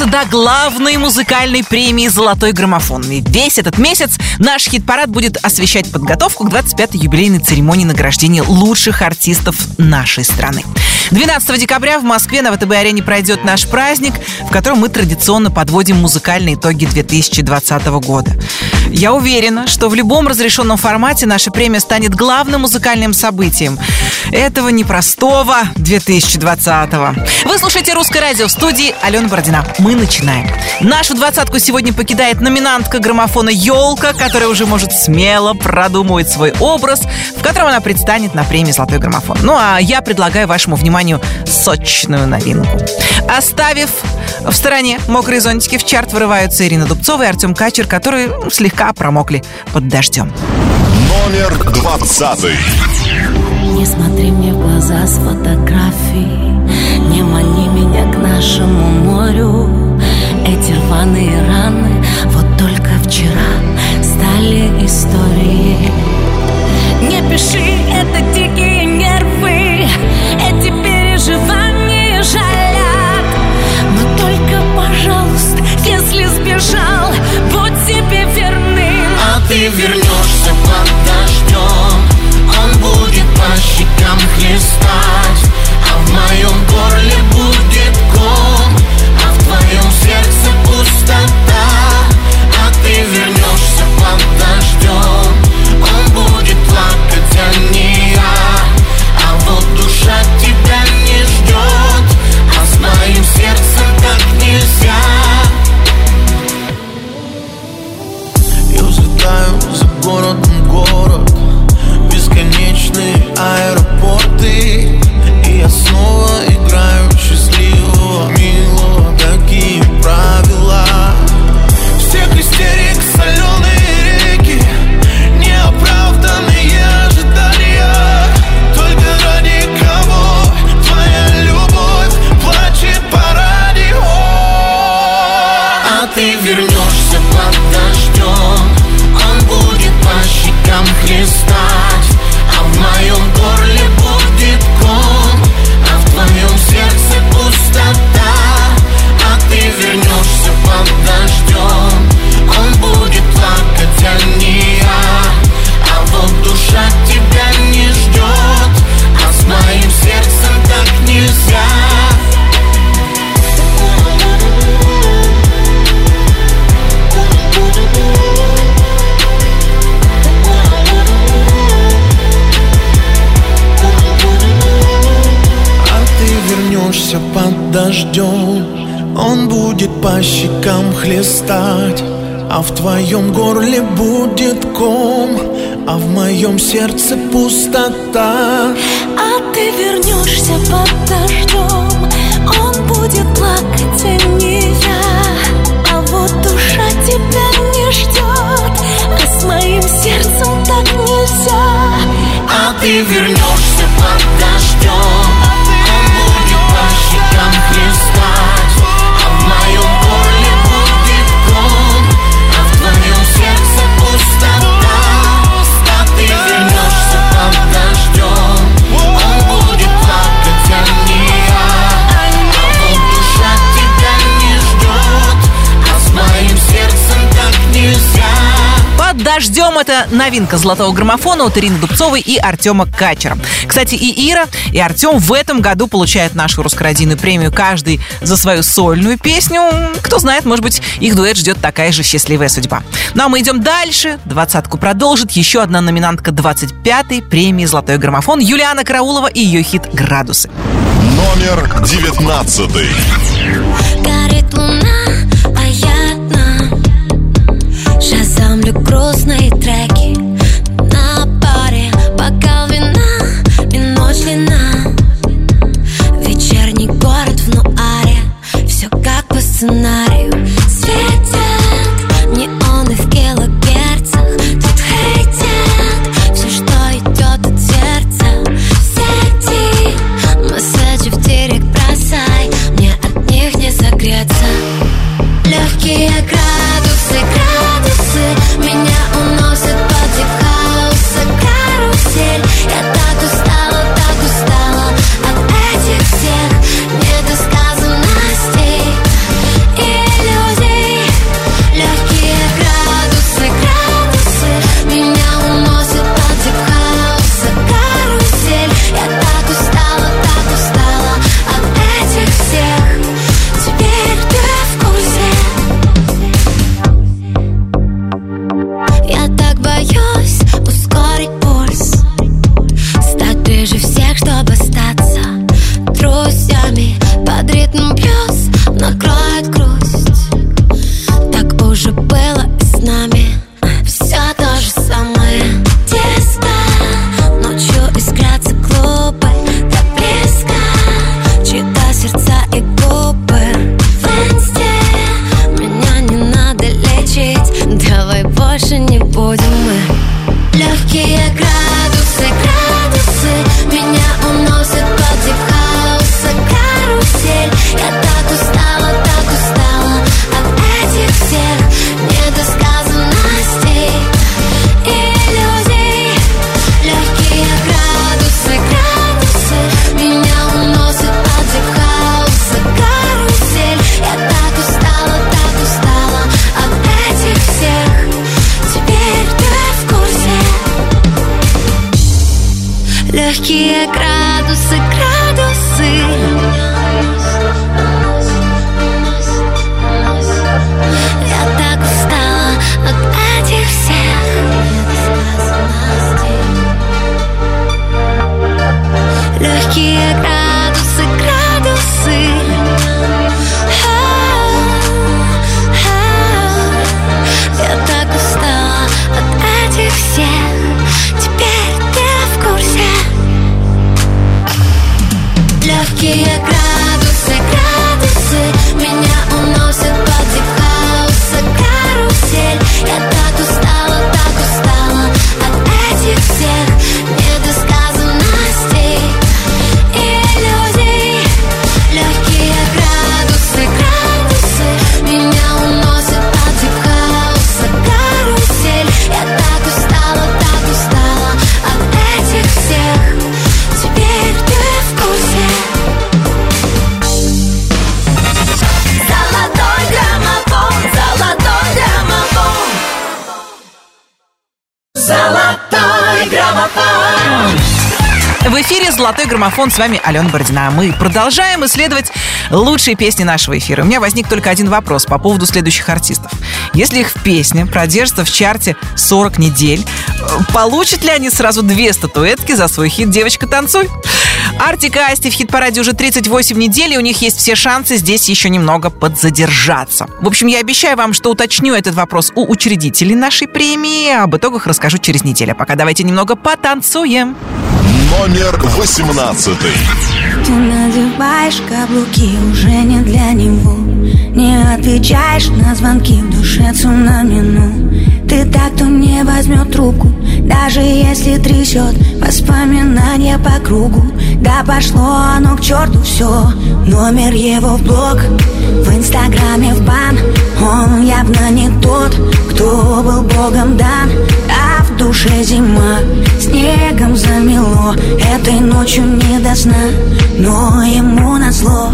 добраться до главной музыкальной премии «Золотой граммофон». И весь этот месяц наш хит-парад будет освещать подготовку к 25-й юбилейной церемонии награждения лучших артистов нашей страны. 12 декабря в Москве на ВТБ-арене пройдет наш праздник, в котором мы традиционно подводим музыкальные итоги 2020 года. Я уверена, что в любом разрешенном формате наша премия станет главным музыкальным событием этого непростого 2020-го. Вы слушаете «Русское радио», в студии Алена Бородина. Мы начинаем. Нашу двадцатку сегодня покидает номинантка граммофона «Елка», которая уже может смело продумывать свой образ, в котором она предстанет на премии «Золотой граммофон». Ну а я предлагаю вашему вниманию сочную новинку. Оставив в стороне мокрые зонтики, в чарт вырываются Ирина Дубцова и Артем Качер, которые слегка промокли под дождем. Номер 20. Не смотри мне в глаза с фотографий, не мани меня к нашему морю. Эти рваные раны вот только вчера стали историей. Не пиши, это дикие нервы, эти переживания жалят. Но только, пожалуйста, если сбежал, будь себе верным. А ты вернешься под дождем, он будет по щекам хлестать, а в моем горле будет ком, а в твоем сердце пустота. А ты вернешься под дождем, он будет плакать, а не я. А вот душа тебя не ждет, а с моим сердцем так нельзя. Я взлетаю за городом город, бесконечные аэропорты, и я снова играю счастливого, милого. Какие правила? Всех истерик, соленые реки, неоправданные ожидания. Только ради кого твоя любовь плачет по радио. А ты вернешься под дождем, он будет по щекам хлестать, а в моем горле будет ком, а в твоем сердце пустота. А ты вернешься под дождем, он будет плакать, а не я. А вот душа тебя не ждет, а с моим сердцем так нельзя. Вернешься под дождем, он будет по щекам хлестать, а в твоем горле будет ком, а в моем сердце пустота. А ты вернешься под дождем, он будет плакать, а не я. А вот душа тебя не ждет, а с моим сердцем так нельзя. А ты вернешься под дождем, он будет по щекам хлестать, а в моем горле будет ком, а в твоем сердце пустота. А ты вернешься под дождем, он будет плакать, а не я. А вот душа тебя не ждет, а с моим сердцем так нельзя. «Под дождем» — это новинка «Золотого граммофона» от Ирины Дубцовой и Артема Качера. Кстати, и Ира, и Артем в этом году получают нашу русскородийную премию, каждый за свою сольную песню. Кто знает, может быть, их дуэт ждет такая же счастливая судьба. Ну а мы идем дальше. Двадцатку продолжит еще одна номинантка 25-й премии «Золотой граммофон» Юлиана Караулова и ее хит «Градусы». Номер 19. Горит луна, а я одна. Шазамлю грустные треки на паре, бокал вина и ночь длина. Вечерний город в нуаре, все как по сценарию. Светят неоны в килогерцах, тут хейтят все, что идет от сердца. В сети месседжи в директ бросай, мне от них не согреться. Легкие градусы, градусы меня уносят. больше не будем мы. Легкие градусы, градусы меня уносят под дип-хауса карусель. Я так устала от этих всех недосказанностей, иллюзий. Легкие градусы, градусы меня уносят под дип-хауса карусель. Я так устала от этих всех. Теперь ты в курсе. Легкие градусы, градусы. Я так устала от этих всех. Легкие градусы, градусы. Я так устала от этих всех. Теперь ты в курсе. Легкие градусы, градусы меня уносят под дип-хауса карусель. Я так устала от этих всех недосказанностей, иллюзий. Легкие градусы, градусы меня уносят под дип-хауса карусель. Я так устала от этих всех. Теперь ты в курсе. Золотой граммофон, золотой граммофон. Золотой граммофон. В эфире «Золотой граммофон». С вами Алена Бородина. Мы продолжаем исследовать лучшие песни нашего эфира. У меня возник только один вопрос по поводу следующих артистов. Если их песня продержится в чарте 40 недель, получат ли они сразу 2 статуэтки за свой хит «Девочка, танцуй»? Артик и Асти в хит-параде уже 38 недель, и у них есть все шансы здесь еще немного подзадержаться. В общем, я обещаю вам, что уточню этот вопрос у учредителей нашей премии. Об итогах расскажу через неделю. Пока давайте немного потанцуем. Номер 18. Ты надеваешь каблуки уже не для него. Не отвечаешь на звонки, в душе цунамину. Ты так, кто не возьмет трубку, даже если трясет воспоминания по кругу. Да пошло оно к черту все. Номер его в блог, в инстаграме в бан. Он явно не тот, кто был богом дан. А в душе зима, снегом замело. Этой ночью не до сна, но ему назло.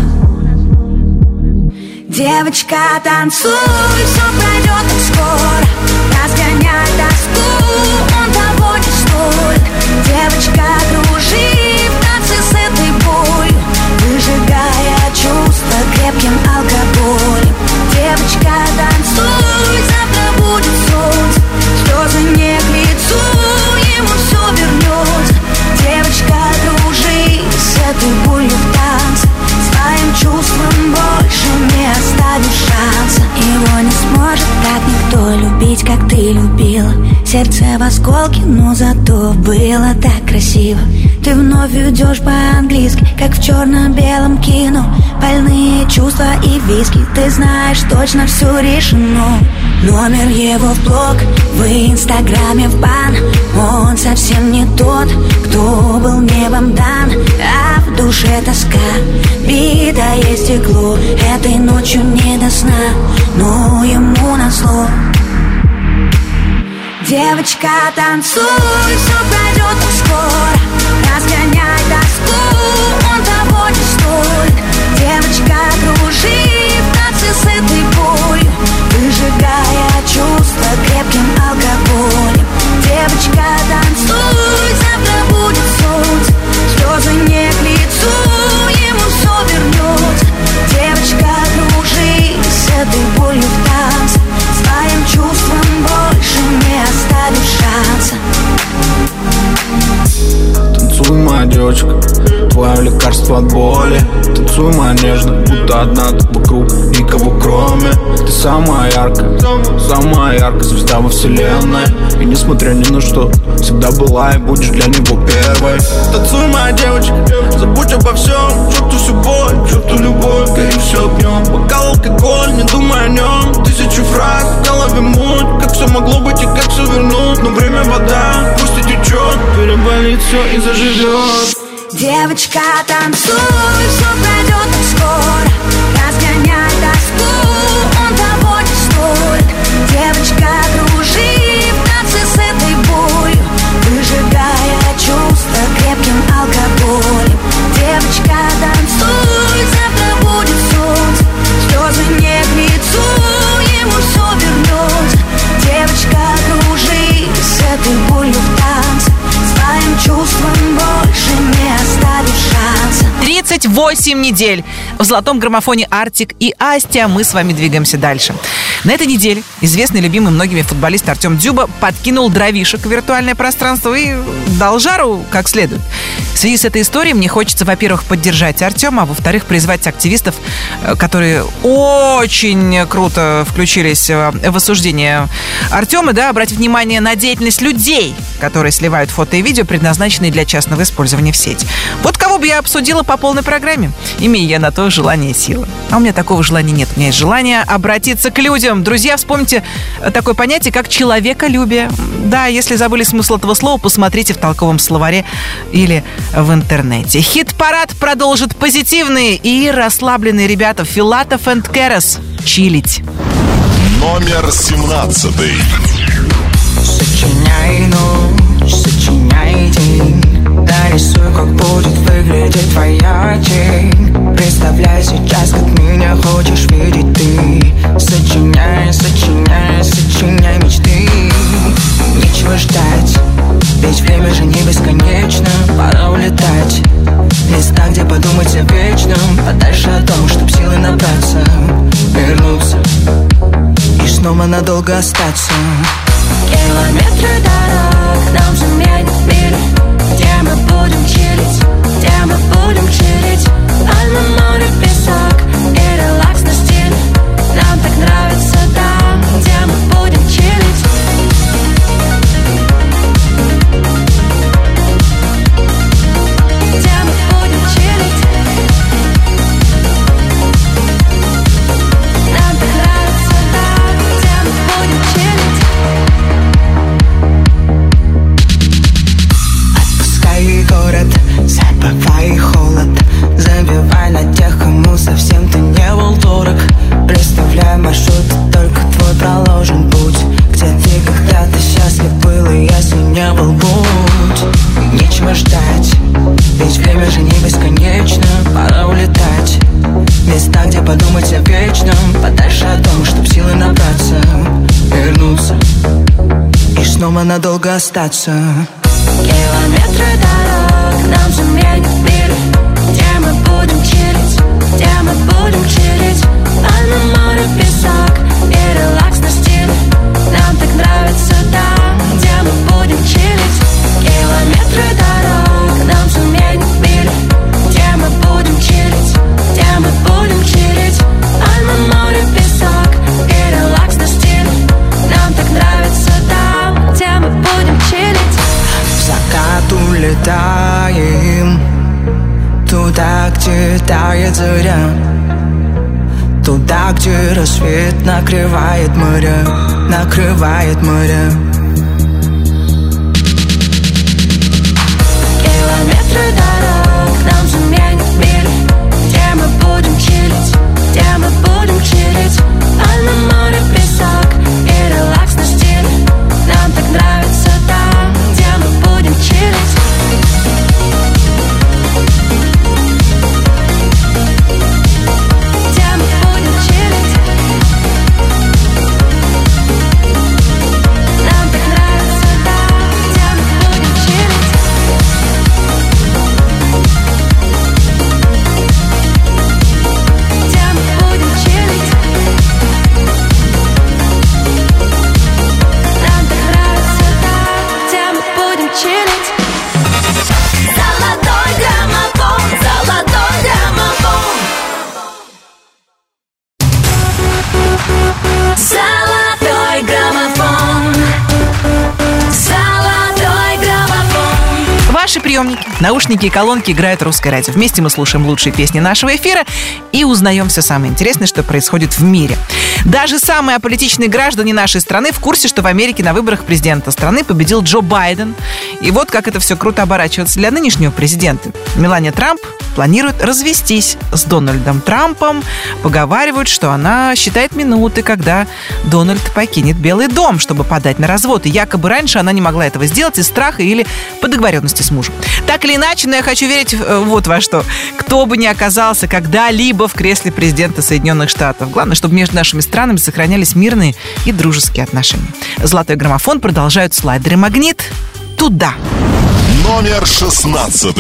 Девочка, танцуй, все пройдет так скоро. Разгоняй тоску, он того не стоит. Девочка, кружи в танце с этой болью, выжигая чувства крепким алкоголем. Девочка, танцуй, завтра будет солнце. Слезы не к лицу, ему все вернется. Девочка, кружи с этой болью в танце. Своим чувством больше не оставишь шанса. Его не сможет так никто любить, как ты любила. Сердце в осколке, но зато было так красиво. Ты вновь идешь по-английски, как в черно-белом кино. Больные чувства и виски, ты знаешь, точно все решено. Номер его в блог, в инстаграме в бан. Он совсем не тот, кто был небом дан. А в душе тоска, битое стекло. Этой ночью не до сна, но ему назло. Девочка, танцуй, все пройдет так скоро. Разгоняй тоску, он того не стоит. Девочка, кружи в танце с этой болью, выжигая чувства крепким алкоголем. Девочка, танцуй, завтра будет солнце. Слезы не к лицу, ему все вернется. Девочка, кружи с этой болью в танце. Своим чувством больше не оставишь шанса. Танцуй, моя девочка, твое лекарство от боли. Танцуй, моя нежная, будто одна тут вокруг, никого кроме. Ты самая яркая звезда во вселенной. И несмотря ни на что, всегда была и будешь для него первой. Танцуй, моя девочка, забудь обо всем. К черту всю боль, к черту любовь, гори все огнем. Бокал, алкоголь, не думай о нем. Тысячу фраз, в голове муть, как все могло быть и как спалит все и заживет. Девочка, танцуй, все пройдет так скоро. Разгоняй тоску, он того не стоит. Девочка, кружи в танце с этой болью, выжигая чувства крепким алкоголем. Девочка, танцуй, завтра будет солнце, слезы не к лицу, ему все вернется. Девочка, кружи с этой болью в танце, своим чувством больше не оставив шанса. 38 недель в золотом граммофоне Артик и Асти, а мы с вами двигаемся дальше. На этой неделе известный и любимый многими футболист Артем Дзюба подкинул дровишек в виртуальное пространство и дал жару как следует. В связи с этой историей мне хочется, во-первых, поддержать Артема, а во-вторых, призвать активистов, которые очень круто включились в осуждение Артема, да, обратить внимание на деятельность людей, которые сливают фото и видео, предназначенные для частного использования в сети. Вот кого бы я обсудила по полной программе, имея я на то желание и силы. А у меня такого желания нет. У меня есть желание обратиться к людям. Друзья, вспомните такое понятие, как человеколюбие. Да, если забыли смысл этого слова, посмотрите в толковом словаре или в интернете. Хит-парад продолжит позитивные и расслабленные ребята Филатов энд Керес. Чилить. Номер 17. Сочиняй ночь, сочиняй день, нарисуй, как будет выглядеть твоя тень. Представляй сейчас, как меня хочешь видеть ты. Сочиняй, сочиняй, сочиняй мечты. Нечего ждать, ведь время же не бесконечно. Пора улетать в места, где подумать о вечном, подальше от дома, чтоб силы набраться, вернуться и снова надолго остаться. Километры дорог нам заменят мир, где мы будем чилить, где мы будем чилить. Пальмы, море, песок и релакс на стиле. Нам так нравится там, где мы будем чилить. Где мы будем чилить. Нам так нравится там, где мы будем чилить. Отпускай город, забывай холод, забивай на тех, кому совсем ты не был дорог. Представляй маршрут, только твой проложен путь, где ты когда-то счастлив был, и если не был, будь. Нечего ждать, ведь время же не бесконечно. Пора улетать в места, где подумать о вечном, подальше от дома, чтоб силы набраться, вернуться и снова надолго остаться. Километры дорог нам заменят мир, где мы будем чилить, где мы будем чилить. Пальмы, море, песок и релакс на стиле. Нам так нравится там, где мы будем чилить. Километры дорог нам заменят мир, где мы будем чилить, где мы будем чилить. Пальмы, море, песок и релакс на стиле. Нам так нравится там, где мы будем чилить. В закат улетаем туда, где тает заря, туда, где рассвет накрывает моря, накрывает моря. Километры дорог нам заменят мир, где мы будем чилить, где мы будем чилить. Пальмы, море, песок и релакс на стиле. Нам так нравится там, где мы будем чилить. Где мы будем чилить. Нам так приемники, наушники и колонки, играет русское радио. Вместе мы слушаем лучшие песни нашего эфира и узнаем все самое интересное, что происходит в мире. Даже самые аполитичные граждане нашей страны в курсе, что в Америке на выборах президента страны победил Джо Байден. И вот как это все круто оборачивается для нынешнего президента. Мелания Трамп планирует развестись с Дональдом Трампом. Поговаривают, что она считает минуты, когда Дональд покинет Белый дом, чтобы подать на развод. И якобы раньше она не могла этого сделать из страха или по договоренности с мужем. Так или иначе, но я хочу верить вот во что. Кто бы ни оказался когда-либо в кресле президента Соединенных Штатов. Главное, чтобы между нашими странами сохранялись мирные и дружеские отношения. Золотой граммофон продолжают слайдеры «Магнит». Туда. Номер 16.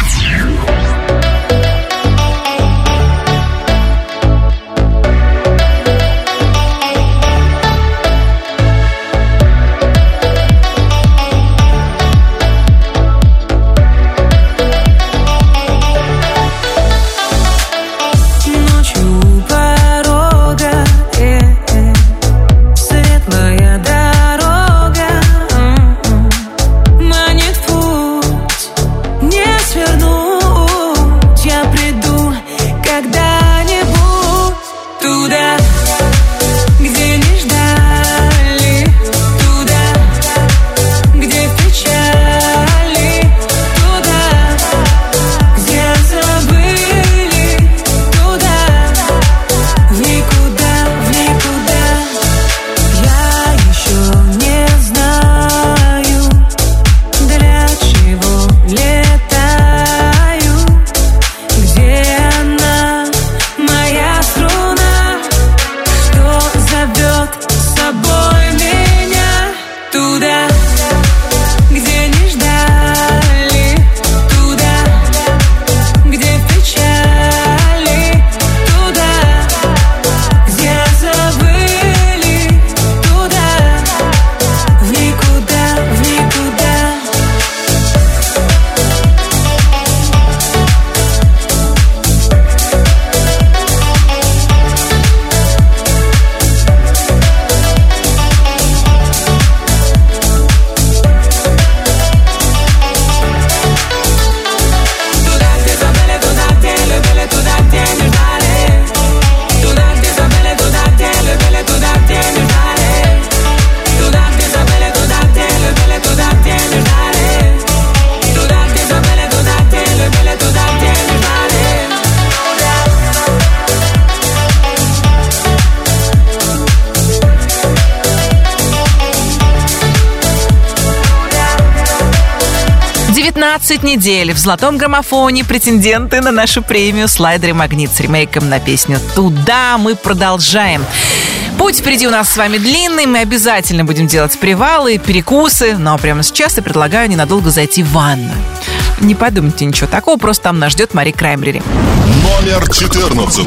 Недель в золотом граммофоне претенденты на нашу премию «Слайдеры Магнит» с ремейком на песню «Туда». Мы продолжаем. Путь впереди у нас с вами длинный. Мы обязательно будем делать привалы, перекусы. Но прямо сейчас я предлагаю ненадолго зайти в ванную. Не подумайте ничего такого, просто там нас ждет Мари Краймбрери. Номер 14.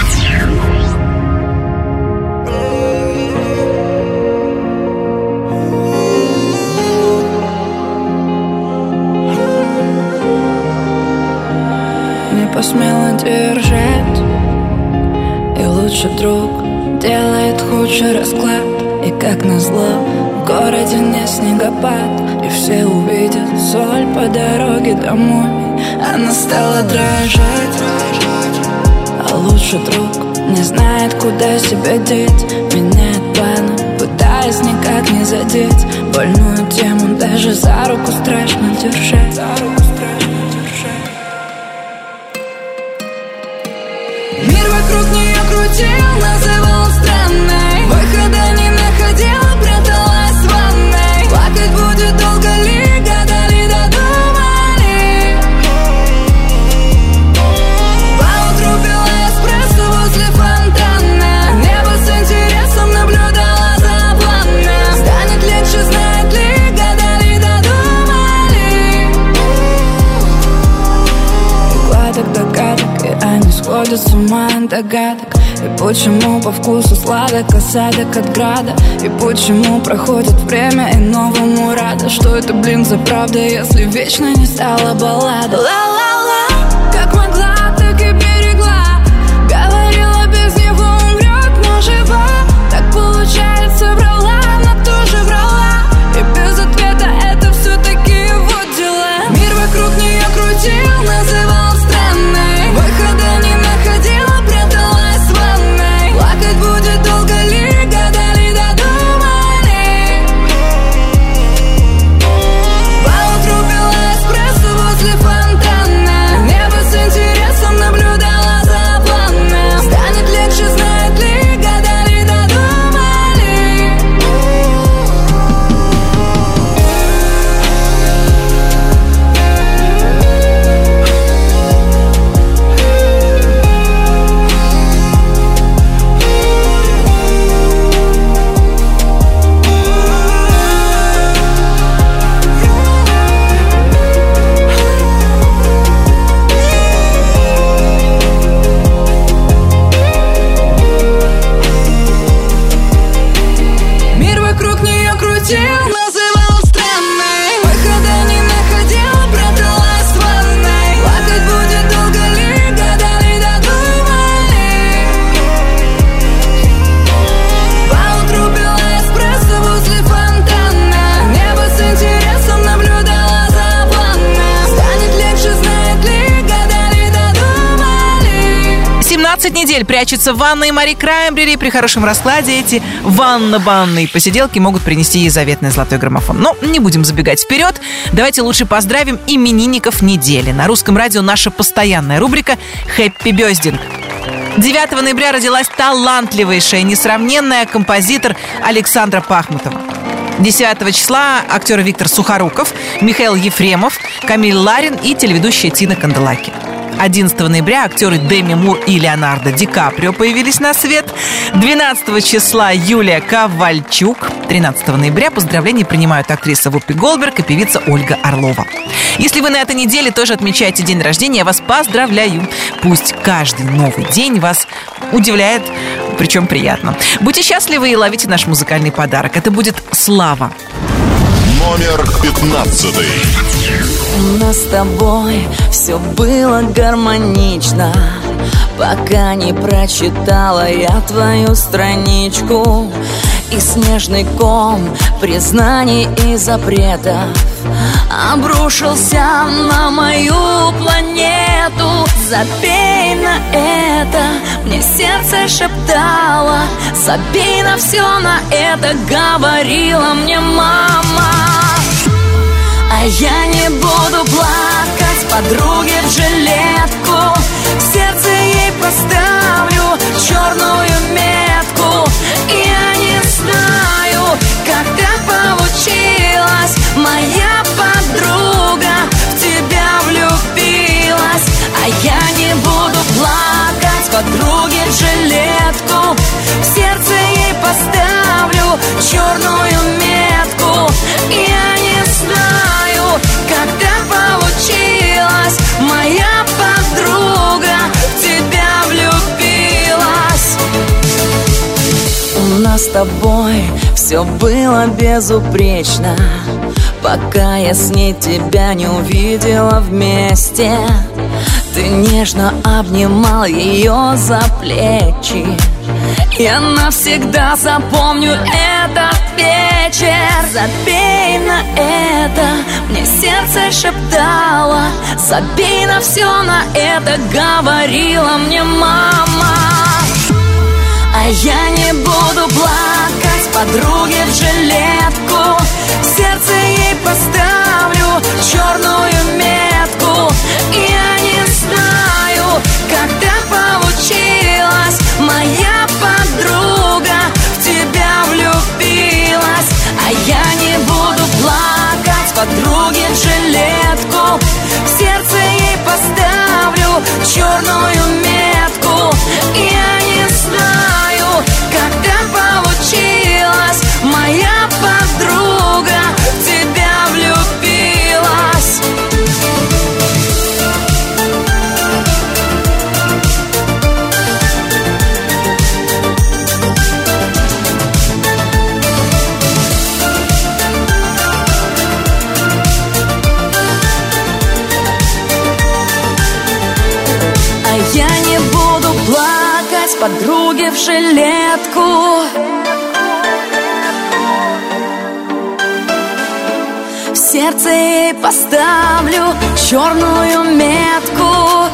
Посмела держать, и лучший друг делает худший расклад. И как назло, в городе не снегопад, и все увидят соль по дороге домой. Она стала дрожать, а лучший друг не знает, куда себя деть. Меняет планы, пытаясь никак не задеть больную тему, даже за руку страшно держать. Мир вокруг нее крутил, называл странной, выхода не находила, пряталась в ванной. Плакать будет долго ли, гадали, додумали. Поутру пила эспрессо возле фонтана, небо с интересом наблюдала за планом. Станет легче, знает ли, гадали, додумали. И гладок догадок, и они сходят с ума от догадок. И почему по вкусу сладок осадок от града? И почему проходит время и новому рада? Что это, блин, за правда, если вечно не стала баллада? Ла-ла-ла, как могла, так и берегла. Говорила, без него умрет, но жива. Так получается, врала, она тоже врала. И без ответа это все-таки его дела. Мир вокруг не 15 недель прячутся в ванной Мари Краймбрери. При хорошем раскладе эти ванно-банные посиделки могут принести ей заветный золотой граммофон. Но не будем забегать вперед. Давайте лучше поздравим именинников недели. На Русском радио наша постоянная рубрика «Хэппи Бёздинг». 9 ноября родилась талантливейшая, несравненная композитор Александра Пахмутова. 10 числа актеры Виктор Сухоруков, Михаил Ефремов, Камиль Ларин и телеведущая Тина Канделаки. 11 ноября актеры Деми Мур и Леонардо Ди Каприо появились на свет. 12 числа Юлия Ковальчук. 13 ноября поздравления принимают актриса Вупи Голдберг и певица Ольга Орлова. Если вы на этой неделе тоже отмечаете день рождения, я вас поздравляю. Пусть каждый новый день вас удивляет, причем приятно. Будьте счастливы и ловите наш музыкальный подарок. Это будет «Слава». Номер 15. У нас с тобой все было гармонично, пока не прочитала я твою страничку. И снежный ком признаний и запретов обрушился на мою планету. Забей на это, мне сердце шептало. Забей на все на это, говорила мне мама. А я не буду плакать подруге в жилетку. В сердце ей поставлю черную метку. И я не знаю, как так получилось. Моя подруга в тебя влюбилась. А я не буду плакать подруге в жилетку. В сердце ей поставлю черную метку. И я не знаю, как так получилось. Моя подруга в тебя влюбилась. У нас с тобой все было безупречно, пока я с ней тебя не увидела вместе. Ты нежно обнимал ее за плечи. Я навсегда запомню этот вечер. Забей на это, мне сердце шептало. Забей на все на это, говорила мне мама. А я не буду плакать подруге в жилетку. В сердце ей поставлю черную метку. И я не знаю, как так получилось. Моя подруга в тебя влюбилась. А я не буду плакать подруге в жилетку. В сердце ей поставлю черную метку. И я не знаю, как так получилось. Моя подруга в тебя влюбилась. А я не буду плакать подруге в жилетку. В сердце ей поставлю черную метку.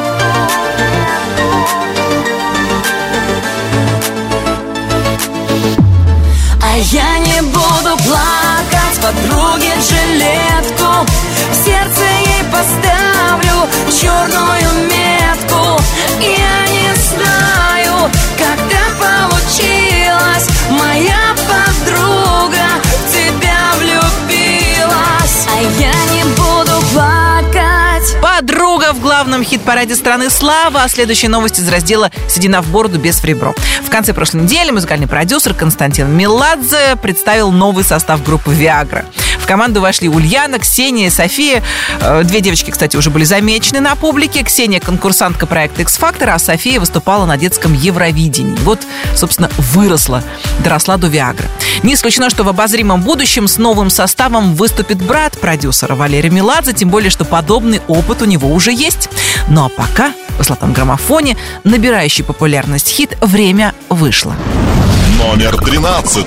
А я не буду плакать подруге в жилетку. В сердце ей поставлю черную метку. И я не знаю, как так получилось. Моя подруга в тебя влюбилась. А я не буду плакать. Подруга в главном хит-параде страны «Слава». А следующая новость из раздела «Седина в бороду без в ребро». В конце прошлой недели музыкальный продюсер Константин Меладзе представил новый состав группы «Виагра». В команду вошли Ульяна, Ксения и София. Две девочки, кстати, уже были замечены на публике. Ксения — конкурсантка проекта X-Factor, а София выступала на детском Евровидении. Вот, собственно, доросла до «Виагры». Не исключено, что в обозримом будущем с новым составом выступит брат продюсера Валерий Меладзе, тем более, что подобный опыт у него уже есть. Ну а пока в золотом граммофоне набирающий популярность хит «Время вышло». Номер 13.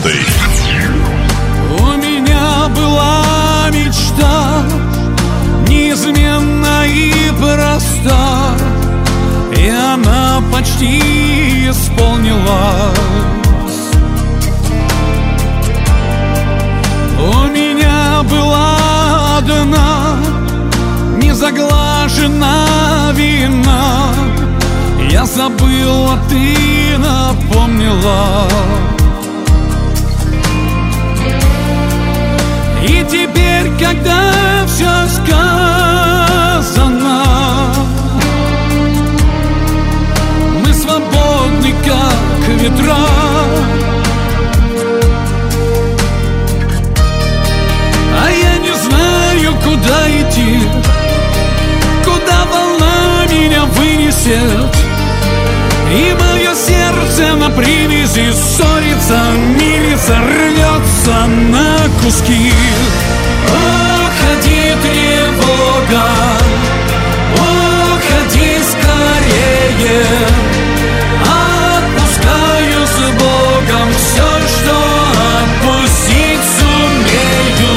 У меня была мечта, неизменна и проста. Я она почти исполнилась. У меня была одна незаглажена вина. Я забыл, а ты напомнила. И теперь, когда все сказано, мы свободны, как ветра. А я не знаю, куда идти, куда волна меня вынесет. И мое сердце на привязи ссорится, мирится, рвется на куски. Уходи, тревога, уходи скорее. Отпускаю с Богом все, что отпустить сумею.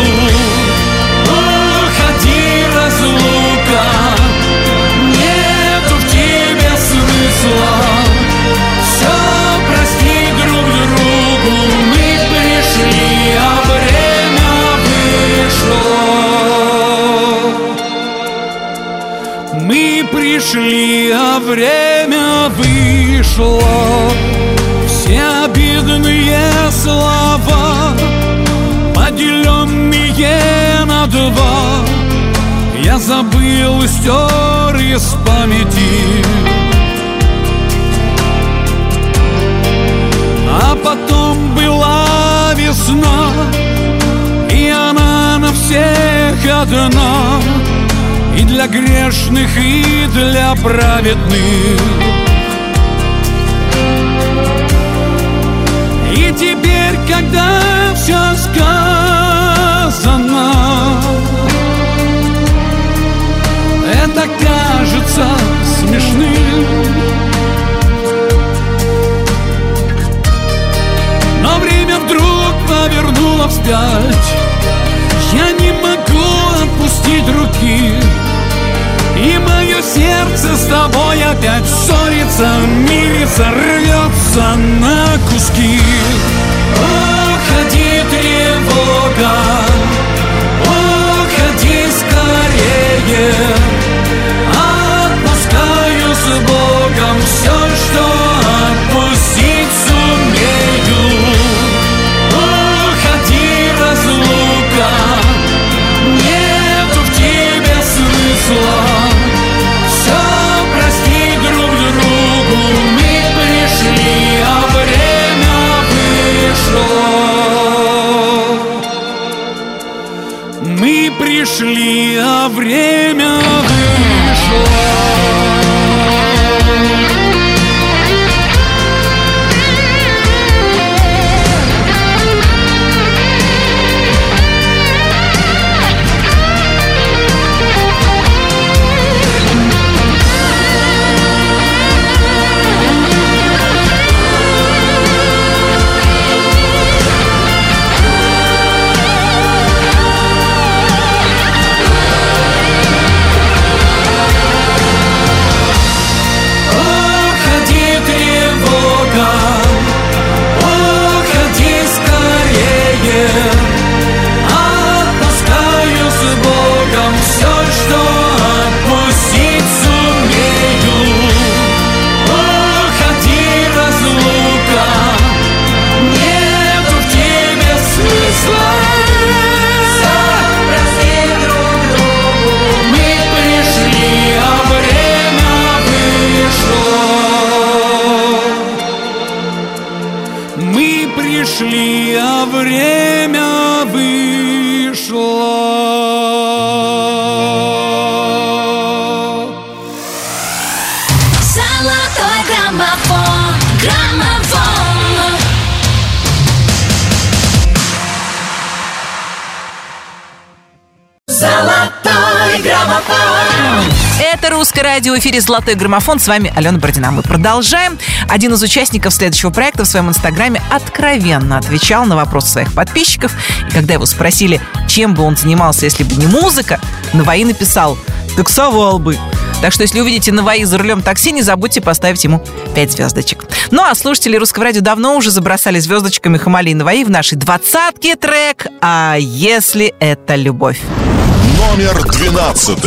Уходи, разлука, нету в тебе смысла. Все прости друг другу, мы пришли, а время вышло. Мы пришли, а время вышло. Все обидные слова, поделенные на два, я забыл и стер из памяти. А потом была весна, и она на всех одна, и для грешных, и для праведных. И теперь, когда все сказано, это кажется смешным. Но время вдруг повернуло вспять. Я не могу отпустить руки, и мое сердце с тобой опять ссорится, мирится, рвется на куски. Уходи, тревога, уходи скорее. Отпускаю с Богом все, что отпустить сумею. Уходи, разлука, нету в тебе смысла. Все прости друг другу, мы пришли, а время вышло. Мы пришли, а время вышло. Пришли, а время вышло. Золотой граммофон, граммофон. Золотой граммофон. Это «Русское радио», в эфире «Золотой граммофон». С вами Алена Бородина. Мы продолжаем. Один из участников следующего проекта в своем инстаграме откровенно отвечал на вопросы своих подписчиков. И когда его спросили, чем бы он занимался, если бы не музыка, Наваи написал: таксовал бы. Так что, если увидите Наваи за рулем такси, не забудьте поставить ему 5 звездочек. Ну, а слушатели Русского радио давно уже забросали звездочками Хамали и Наваи в нашей 20-ке трек «А если это любовь». Номер 12.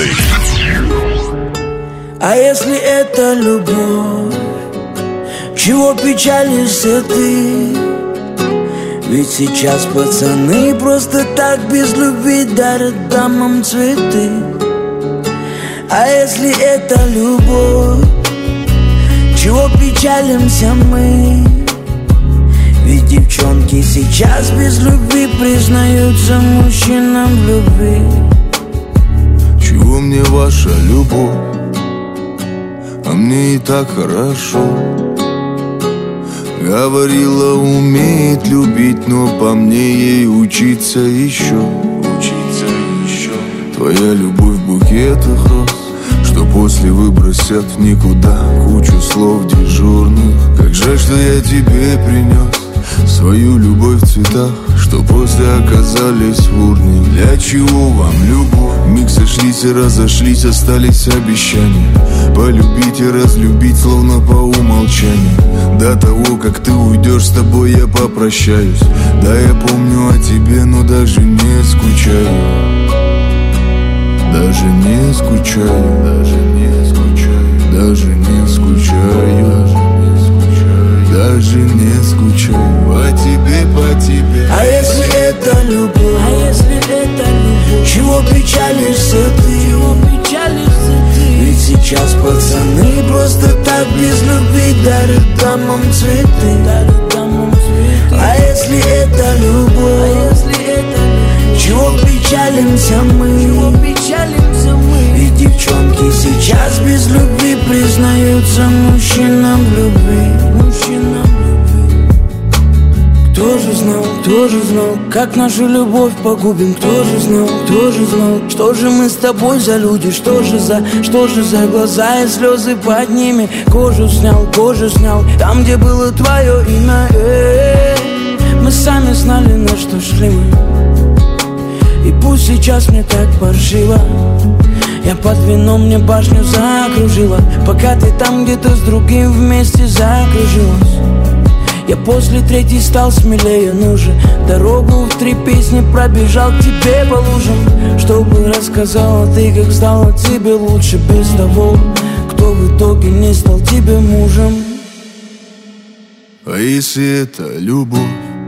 А если это любовь, чего печалишься ты? Ведь сейчас пацаны просто так без любви дарят дамам цветы. А если это любовь, чего печалимся мы? Ведь девчонки сейчас без любви признаются мужчинам в любви. Чего мне ваша любовь? А мне и так хорошо. Говорила, умеет любить, но по мне ей учиться еще. Твоя любовь в букетах роз, что после выбросят в никуда кучу слов дежурных. Как жаль, что я тебе принес свою любовь в цветах, что после оказались в урне. Для чего вам любовь? Миг сошлись и разошлись, остались обещания полюбить и разлюбить, словно по умолчанию. До того, как ты уйдешь, с тобой я попрощаюсь. Да, я помню о тебе, но даже не скучаю. Даже не скучаю, даже не скучаю, даже не скучаю, даже не скучаю по тебе, по тебе. А если это любовь, чего печалишься ты? Ведь сейчас пацаны просто так без любви дарят дамам цветы. А если это любовь, чего печалимся мы? Ведь девчонки сейчас без любви признаются мужчинам в любви. Кто же знал, как нашу любовь погубим? Кто же знал, что же мы с тобой за люди? Что же за глаза и слезы под ними? Кожу снял, там, где было твое имя. Мы сами знали, на что шли мы. И пусть сейчас мне так паршиво, я под вином, мне башню закружила, пока ты там где-то с другим вместе закружилась. Я после третьей стал смелее, ну же, дорогу в 3 песни пробежал к тебе по лужам, чтобы рассказала ты, как стало тебе лучше без того, кто в итоге не стал тебе мужем. А если это любовь,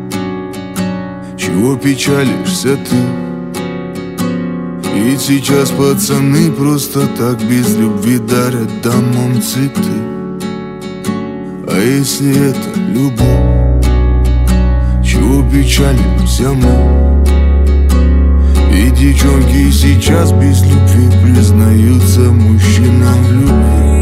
чего печалишься ты? Ведь сейчас пацаны просто так без любви дарят дамам цветы. А если это любовь, чего печалимся мы? Ведь девчонки сейчас без любви признаются мужчинам в любви.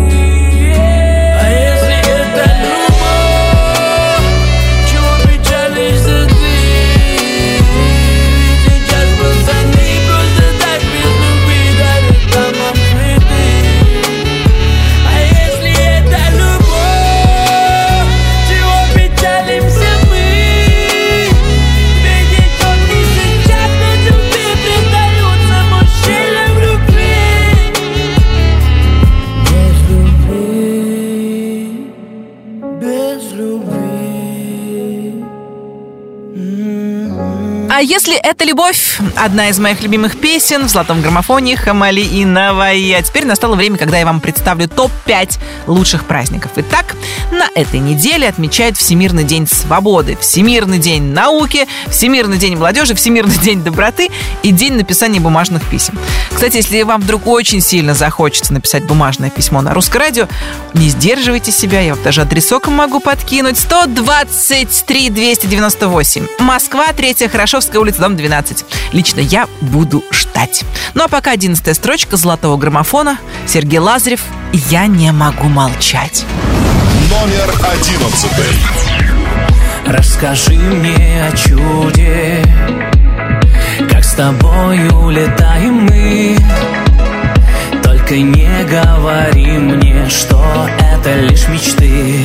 А если это любовь, одна из моих любимых песен в золотом граммофоне Хамали и Наваи. А теперь настало время, когда я вам представлю топ-5 лучших праздников. Итак, на этой неделе отмечают Всемирный день свободы, Всемирный день науки, Всемирный день молодежи, Всемирный день доброты и день написания бумажных писем. Кстати, если вам вдруг очень сильно захочется написать бумажное письмо на Русское радио, не сдерживайте себя, я вам даже адресок могу подкинуть. 123 298. Москва, 3-я Хорошевская улица, дом 12. Лично я буду ждать. Ну а пока 11-я строчка золотого граммофона. Сергей Лазарев «Я не могу молчать». Номер 11. Расскажи мне о чуде, как с тобой улетаем мы. Только не говори мне, что это лишь мечты.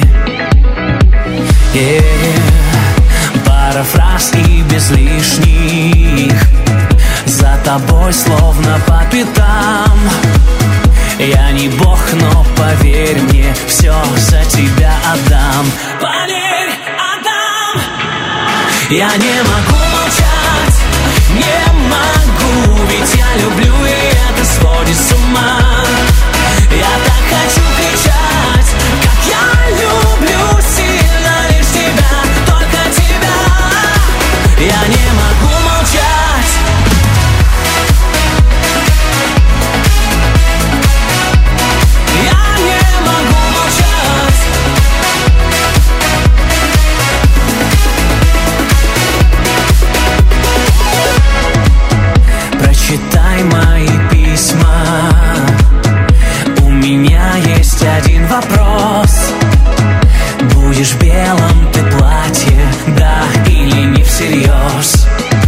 Пара фраз и без лишних, за тобой словно по пятам. Я не бог, но поверь мне, все за тебя отдам. Поверь, отдам. Я не могу молчать, не могу, ведь я люблю, и это сводит с ума. Я так хочу кричать, как я люблю сильно лишь тебя, только тебя. Я не могу молчать. Я не могу молчать. Прочитай мои письма. У меня есть один вопрос. Будешь в белом ты платье, да или не всерьез?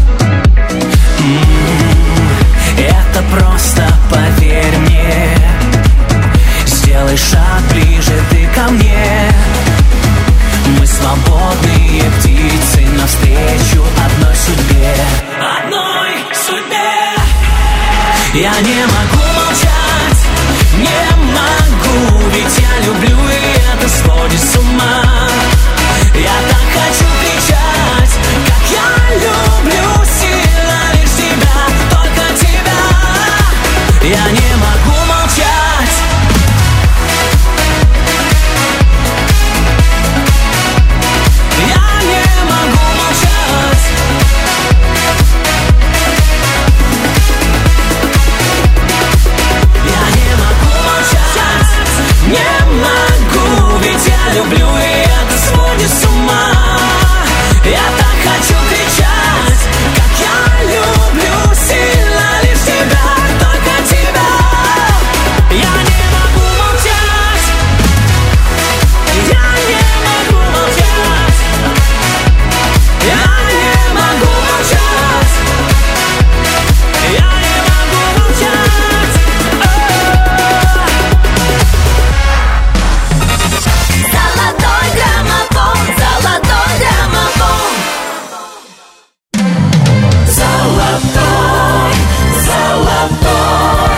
Это просто поверь мне. Сделай шаг ближе ты ко мне. Мы свободные птицы навстречу одной судьбе. Одной судьбе. Я не могу молчать, не могу, ведь я люблю, и это сводит с ума. Я так хочу кричать, как я люблю сильно лишь тебя, только тебя. Я не могу молчать. Я не могу молчать. Я не могу молчать. Не могу, ведь я люблю, и это сводит с ума. Я так хочу кричать, как я люблю сильно лишь тебя, только тебя. Я не могу молчать. Я не могу молчать. Я не могу молчать. Я не могу молчать. Золотой граммофон, золотой граммофон. Золотой, золотой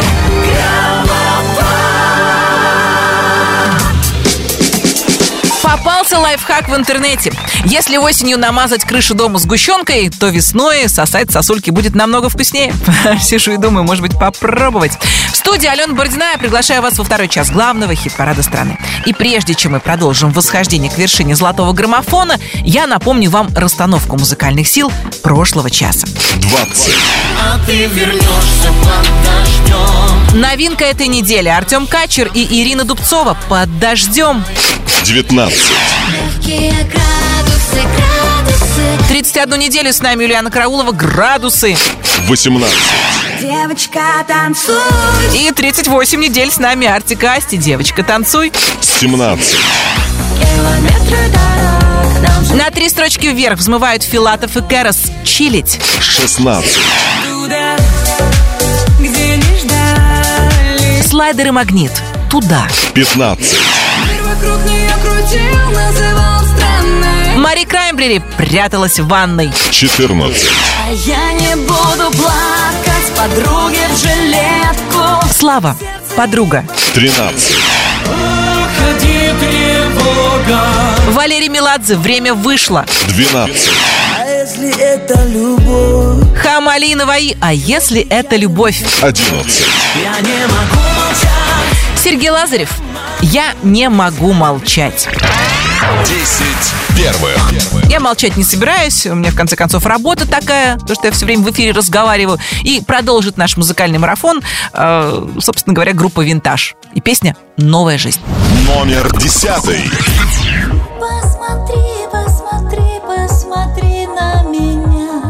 граммофон. Попался лайфхак в интернете. Если осенью намазать крышу дома сгущенкой, то весной сосать сосульки будет намного вкуснее. Сижу и думаю, может быть, попробовать. В студии Алена Бородина. Я приглашаю вас во второй час главного хит-парада страны. И прежде чем мы продолжим восхождение к вершине золотого граммофона, я напомню вам расстановку музыкальных сил прошлого часа. 20. А ты вернешься под дождем. Новинка этой недели. Артем Качер и Ирина Дубцова «Под дождем». 19. Легкие градусы, градусы. 31 неделю с нами Юлиана Караулова «Градусы». 18. Девочка, танцуй. И 38 недель с нами Артик и Асти «Девочка, танцуй». 17. Километры дорог нам На 3 строчки вверх взмывают Филатов и Кэрос «Чилить». 16. туда, где не ждали. Слайдер и Магнит «Туда». 15. Мир вокруг нее крутил, называл странной. Мари Краймбрери пряталась в ванной. 14. А я не буду плакать подруге в жилетку. Слава, подруга. 13. Уходи, тревога. Валерий Меладзе «Время вышло». 12. А если это любовь? Хамали и Наваи «А если это любовь». 11. Я не могу молчать. Сергей Лазарев «Я не могу молчать». 10 первых. Я молчать не собираюсь, у меня в конце концов работа такая, то что я все время в эфире разговариваю. И продолжит наш музыкальный марафон, собственно говоря, группа «Винтаж». И песня «Новая жизнь». Номер 10. Посмотри, посмотри, посмотри на меня.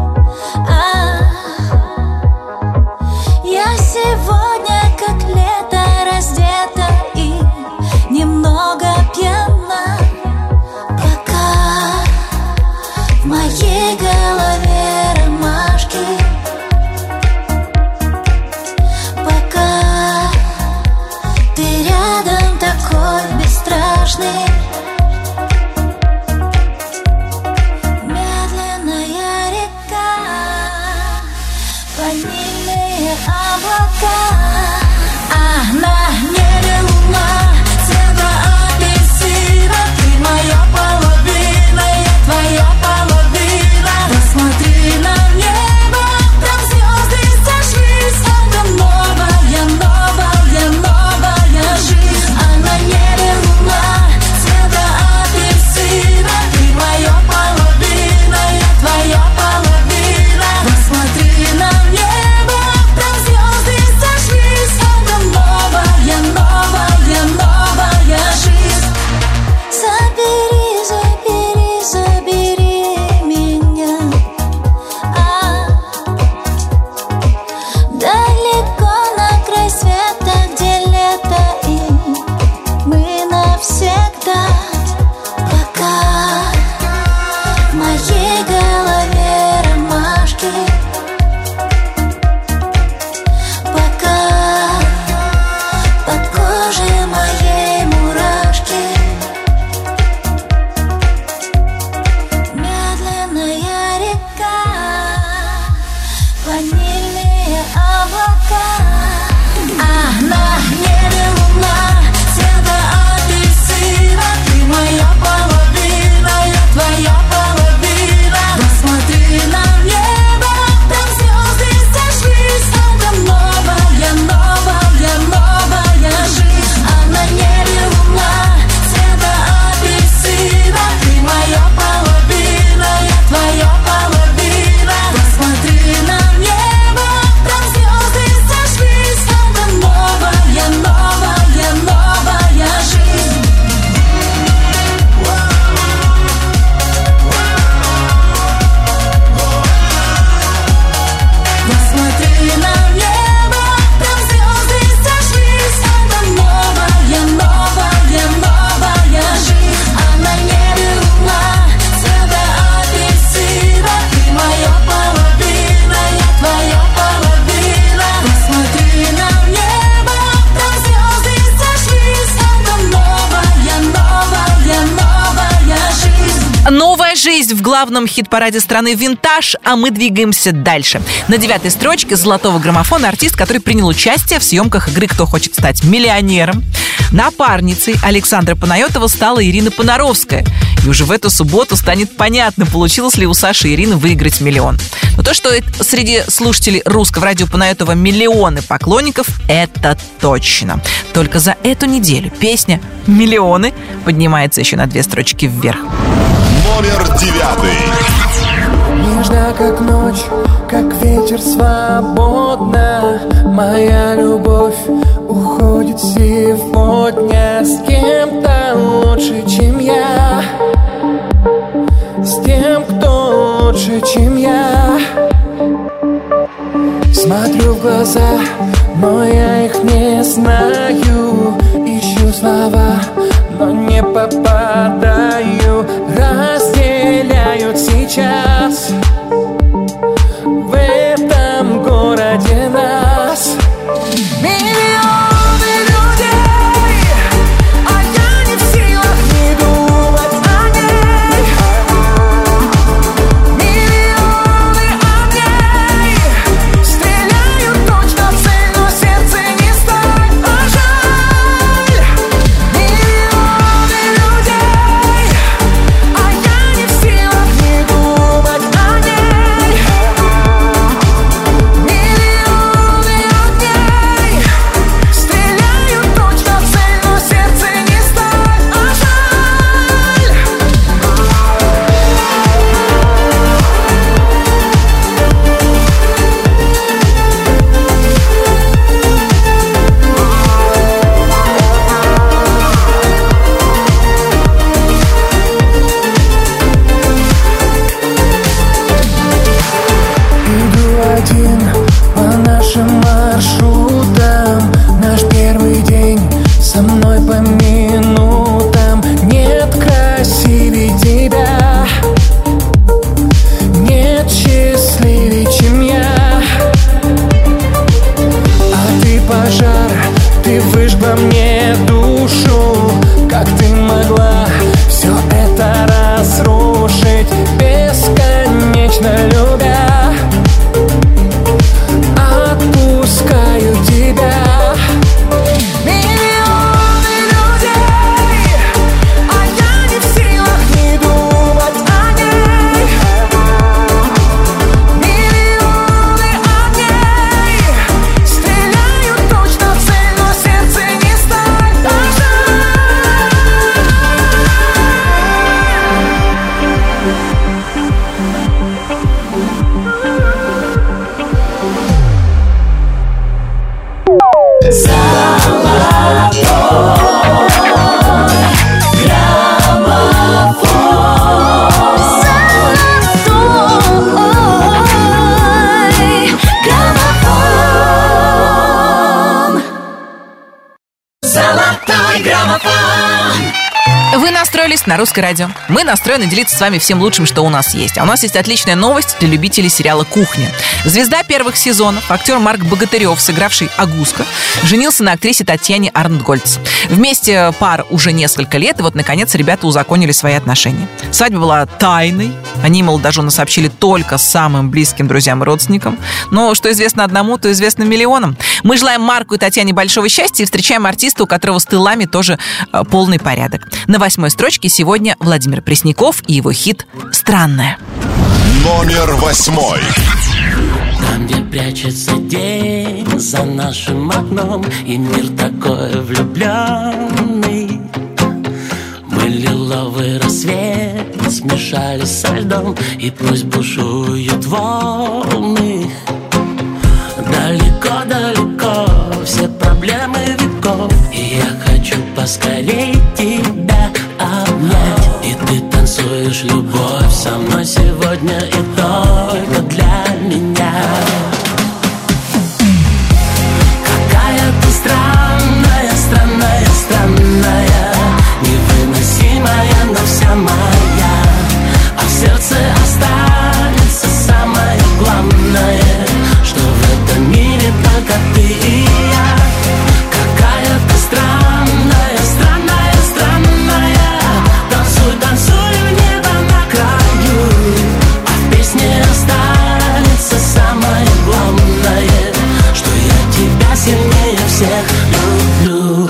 Я сегодня как лето раздета и немного пьяна. Пока в моей голове ромашки. Пока ты рядом такой бесстрашный. Медленная река, ванильные облака. жизнь в главном хит-параде страны «Винтаж», а мы двигаемся дальше. На 9-й строчке золотого граммофона артист, который принял участие в съемках игры «Кто хочет стать миллионером». Напарницей Александра Панайотова стала Ирина Понаровская. И уже в эту субботу станет понятно, получилось ли у Саши и Ирины выиграть миллион. Но то, что среди слушателей русского радио Панайотова миллионы поклонников, это точно. Только за эту неделю песня «Миллионы» поднимается еще на 2 строчки вверх. Номер 9. Нежна, как ночь, как ветер, свободна. Моя любовь уходит сегодня с кем-то лучше, чем я. С тем, кто лучше, чем я. Смотрю в глаза, но я их не знаю. Ищу слова, но не попадаю. Разделяют сейчас в этом городе нас миллионы людей, а я не в силах не думать о ней. Миллионы огней стреляют точно в цель, но сердце не сталь, а жаль. Миллионы людей, а я не в силах не думать о ней. Миллионы огней стреляют точно в цель, но сердце не сталь, а жаль. Иду один по нашим маршрутам. Наш первый день со мной по минутам. Нет красивее тебя, нет счастливее, чем я. А ты пожар, ты выжгла мне душу. Как ты могла все это разрушить, бесконечно любя? Отпускаю тебя. Вы настроились на Русское радио. Мы настроены делиться с вами всем лучшим, что у нас есть. А у нас есть отличная новость для любителей сериала «Кухня». Звезда первых сезонов, актер Марк Богатырев, сыгравший Агуска, женился на актрисе Татьяне Арнтгольц. Вместе пар уже несколько лет, и вот, наконец, ребята узаконили свои отношения. Свадьба была тайной. Они, молодожены, сообщили только самым близким друзьям и родственникам. Но что известно одному, то известно миллионам. Мы желаем Марку и Татьяне большого счастья и встречаем артиста, у которого с тылами тоже полный порядок. На 8-й строчке сегодня Владимир Пресняков и его хит «Странная». Номер 8. Там, где прячется день за нашим окном, и мир такой влюбленный. Мы лиловый рассвет смешались со льдом, и пусть бушуют волны. Далеко-далеко все проблемы веков, и я хочу поскорей тебя обнять. И ты танцуешь любовь со мной сегодня и только для меня. Какая ты странная, странная, странная, невыносимая, но вся моя. А в сердце останется самое главное, что в этом мире только ты и я. Какая ты странная, странная, странная, танцуй, танцуй в небо на краю. А в песне останется самое главное, что я тебя сильнее всех люблю.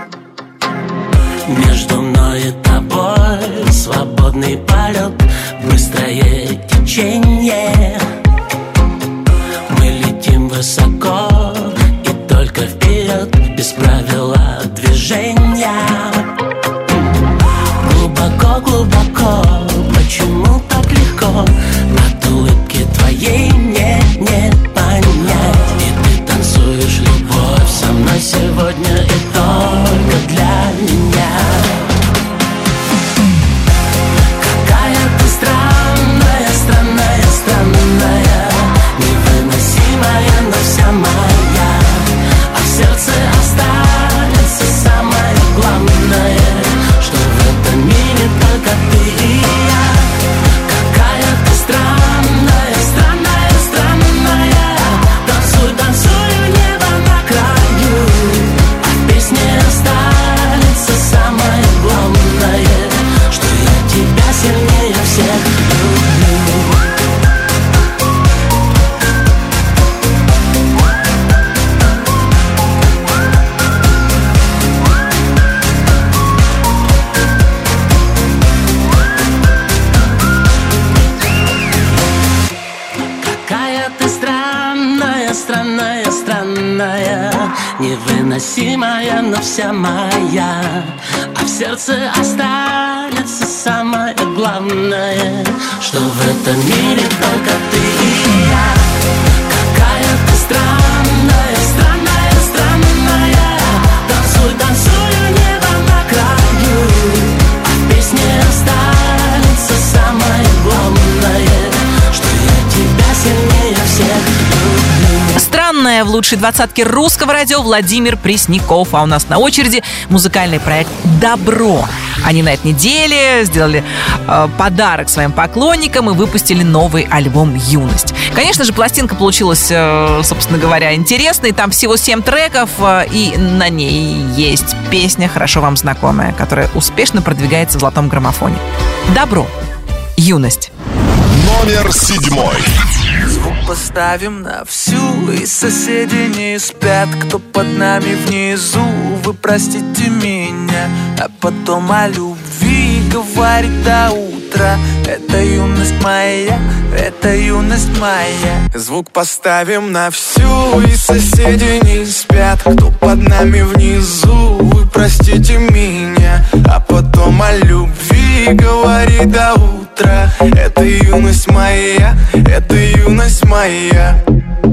Между мной и тобой свободный полет, быстрое течение. Мы летим высоко и только вперед, без правила движения. Глубоко-глубоко, почему так легко от улыбки твоей мне не понять. И ты танцуешь любовь со мной сегодня и только для меня. Какая ты странная, странная, странная, невыносимая, но вся моя. А в сердце останется самое главное, что в этом мире только ты и я. Какая ты странная, странная, странная, танцуй, танцуй в небо на краю. А в песне останется самое главное, что я тебя сильнее всех люблю. Какая ты странная, странная, странная, невыносимая, но вся моя. А в сердце останется самое главное, что в этом мире только ты и я. Какая ты странная, странная, странная, танцуй, танцуй в небо на краю. А в песне останется самое главное, что я тебя сильнее всех люблю. «Странная» в лучшей двадцатке русского радио Владимир Пресняков. А у нас на очереди музыкальный проект «Добро». Они на этой неделе сделали подарок своим поклонникам и выпустили новый альбом «Юность». Конечно же, пластинка получилась, собственно говоря, интересной. Там всего 7 треков, и на ней есть песня, хорошо вам знакомая, которая успешно продвигается в золотом граммофоне. «Добро». «Юность». Номер 7. Звук поставим на всю, и соседи не спят. Кто под нами внизу, вы простите меня. А потом о любви говорит до утра. Это юность моя, это юность моя. Звук поставим на всю, и соседи не спят. Кто под нами внизу, вы простите меня. А потом о любви говорит до утра. Это юность моя, это юность моя.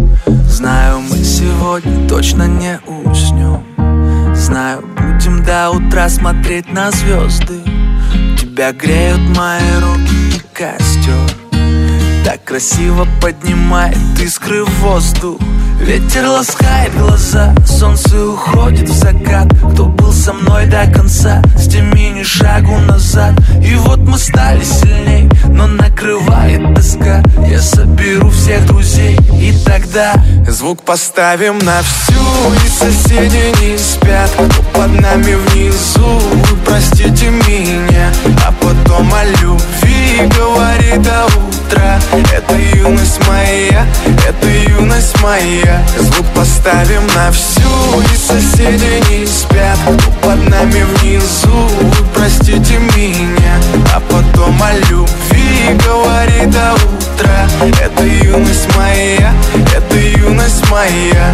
Знаю, мы сегодня точно не уснем. Знаю, будем до утра смотреть на звезды. Тебя греют мои руки и костер. Так красиво поднимает искры в воздух. Ветер ласкает глаза, солнце уходит в закат. Кто был со мной до конца, с теми ни шагу назад. И вот мы стали сильней, но накрывает тоска. Я соберу всех друзей, и тогда звук поставим на всю, и соседи не спят. Кто под нами внизу, вы простите меня. А потом о любви говорит до утра. Это юность моя, это юность моя. Звук поставим на всю, и соседи не спят. Кто под нами внизу, вы простите меня. А потом о любви говорит до утра. Это юность моя, это юность моя.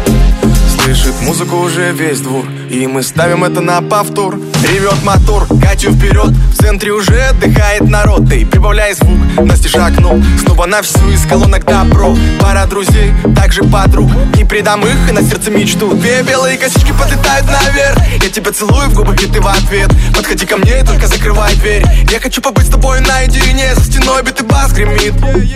Слышит музыку уже весь двор, и мы ставим это на повтор. Ревет мотор, катю вперед, в центре уже отдыхает народ. Эй, прибавляй звук, Настя шагнул снова на всю, из колонок добро. Пара друзей, также подруг, не предам их и на сердце мечту. Две белые косички подлетают наверх, я тебя целую в губы, и ты в ответ. Подходи ко мне и только закрывай дверь. Я хочу побыть с тобой наедине, за стеной бит и бас гремит.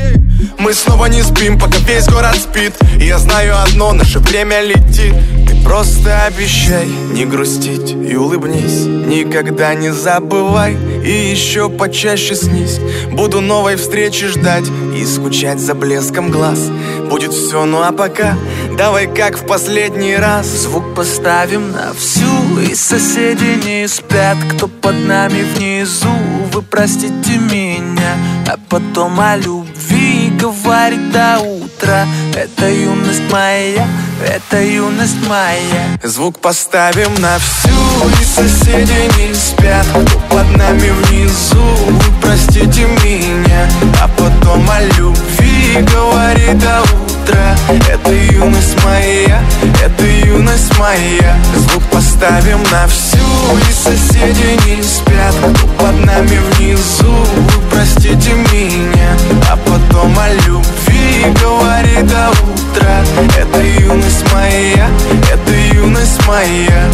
Мы снова не спим, пока весь город спит. И я знаю одно, наше время летит. Ты просто обещай не грустить и улыбнись. Никогда не забывай и еще почаще снись. Буду новой встречи ждать и скучать за блеском глаз. Будет все, ну а пока давай как в последний раз. Звук поставим на всю, и соседи не спят. Кто под нами внизу, вы простите меня. А потом о любви говорит до утра. Это юность моя, это юность моя. Звук поставим на всю, и соседи не спят. Кто под нами внизу, вы простите меня. А потом о любви говорит до утра. Это юность моя, это юность моя. Звук поставим на всю, и соседи не спят. Кто под нами внизу, вы простите меня. А потом о любви говорит до утра. Это юность моя, это юность моя.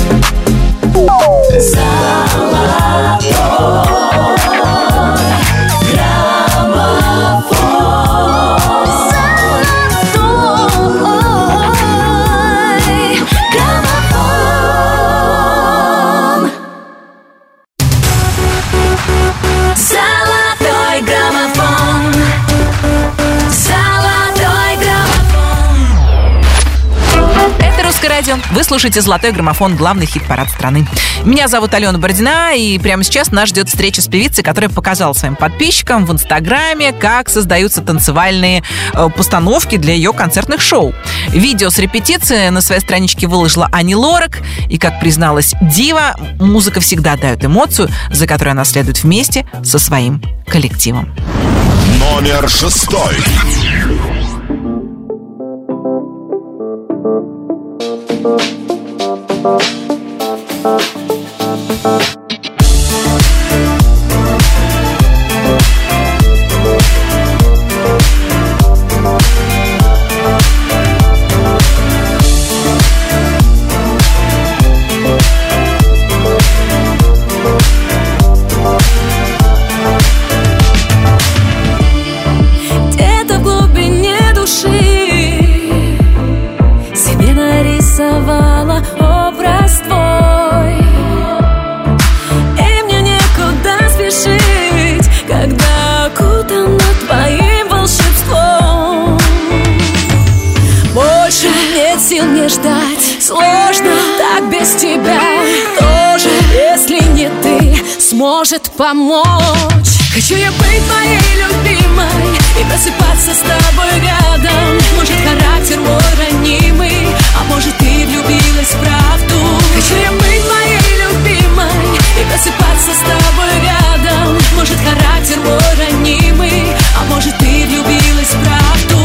Радио. Вы слушаете «Золотой граммофон», главный хит-парад страны. Меня зовут Алена Бородина, и прямо сейчас нас ждет встреча с певицей, которая показала своим подписчикам в Инстаграме, как создаются танцевальные постановки для ее концертных шоу. Видео с репетиции на своей страничке выложила Ани Лорак, и, как призналась дива, музыка всегда дает эмоцию, за которой она следует вместе со своим коллективом. Номер 6. Где-то в глубине души себе нарисовала образ твой, и мне некуда спешить, когда окутана твоим волшебством. Больше нет сил не ждать, сложно так без тебя. Тоже, если не ты, сможет помочь. Хочу я быть твоей любимой и просыпаться с тобой рядом. Может, характер мой ранимый, а может, ты влюбилась в правду. Хочу я быть твоей любимой и просыпаться с тобой рядом. Может, характер мой ранимый, а может, ты влюбилась в правду.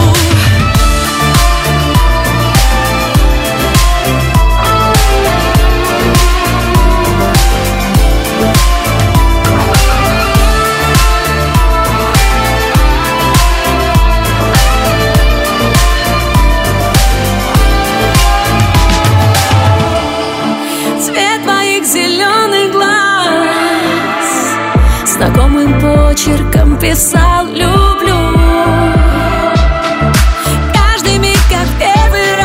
Знакомым почерком писал «люблю». Каждый миг как первый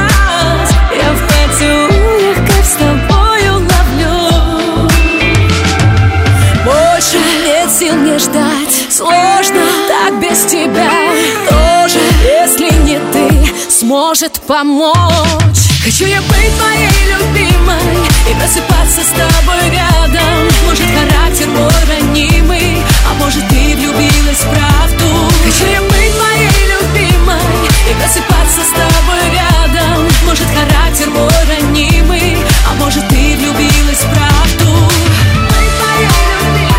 может помочь. Хочу я быть твоей любимой и просыпаться с тобой рядом. Может, характер мой ранимый, а может, ты влюбилась в правду. Хочу я быть твоей любимой и просыпаться с тобой рядом. Может, характер мой ранимый, а может, ты влюбилась в правду. Быть твоей любимой.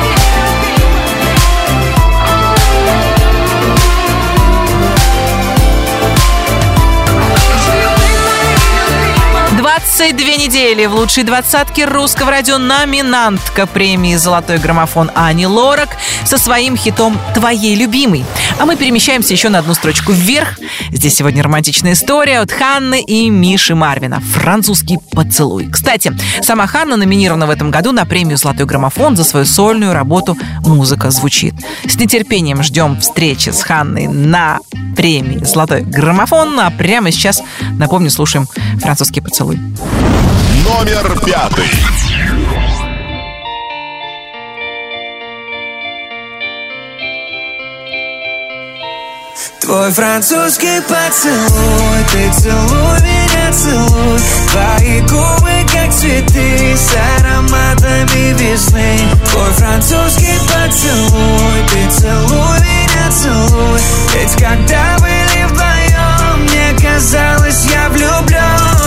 22 недели в лучшей двадцатке русского радио номинантка премии «Золотой граммофон» Ани Лорак со своим хитом «Твоей любимой». А мы перемещаемся еще на одну строчку вверх. Здесь сегодня романтичная история от Ханны и Миши Марвина «Французский поцелуй». Кстати, сама Ханна номинирована в этом году на премию «Золотой граммофон» за свою сольную работу «Музыка звучит». С нетерпением ждем встречи с Ханной на премии «Золотой граммофон». А прямо сейчас, напомню, слушаем «Французский поцелуй». Номер 5. Твой французский поцелуй, ты целуй меня, целуй. Твои губы, как цветы, с ароматами весны. Твой французский поцелуй, ты целуй меня, целуй. Ведь когда были вдвоем, мне казалось, я влюблен.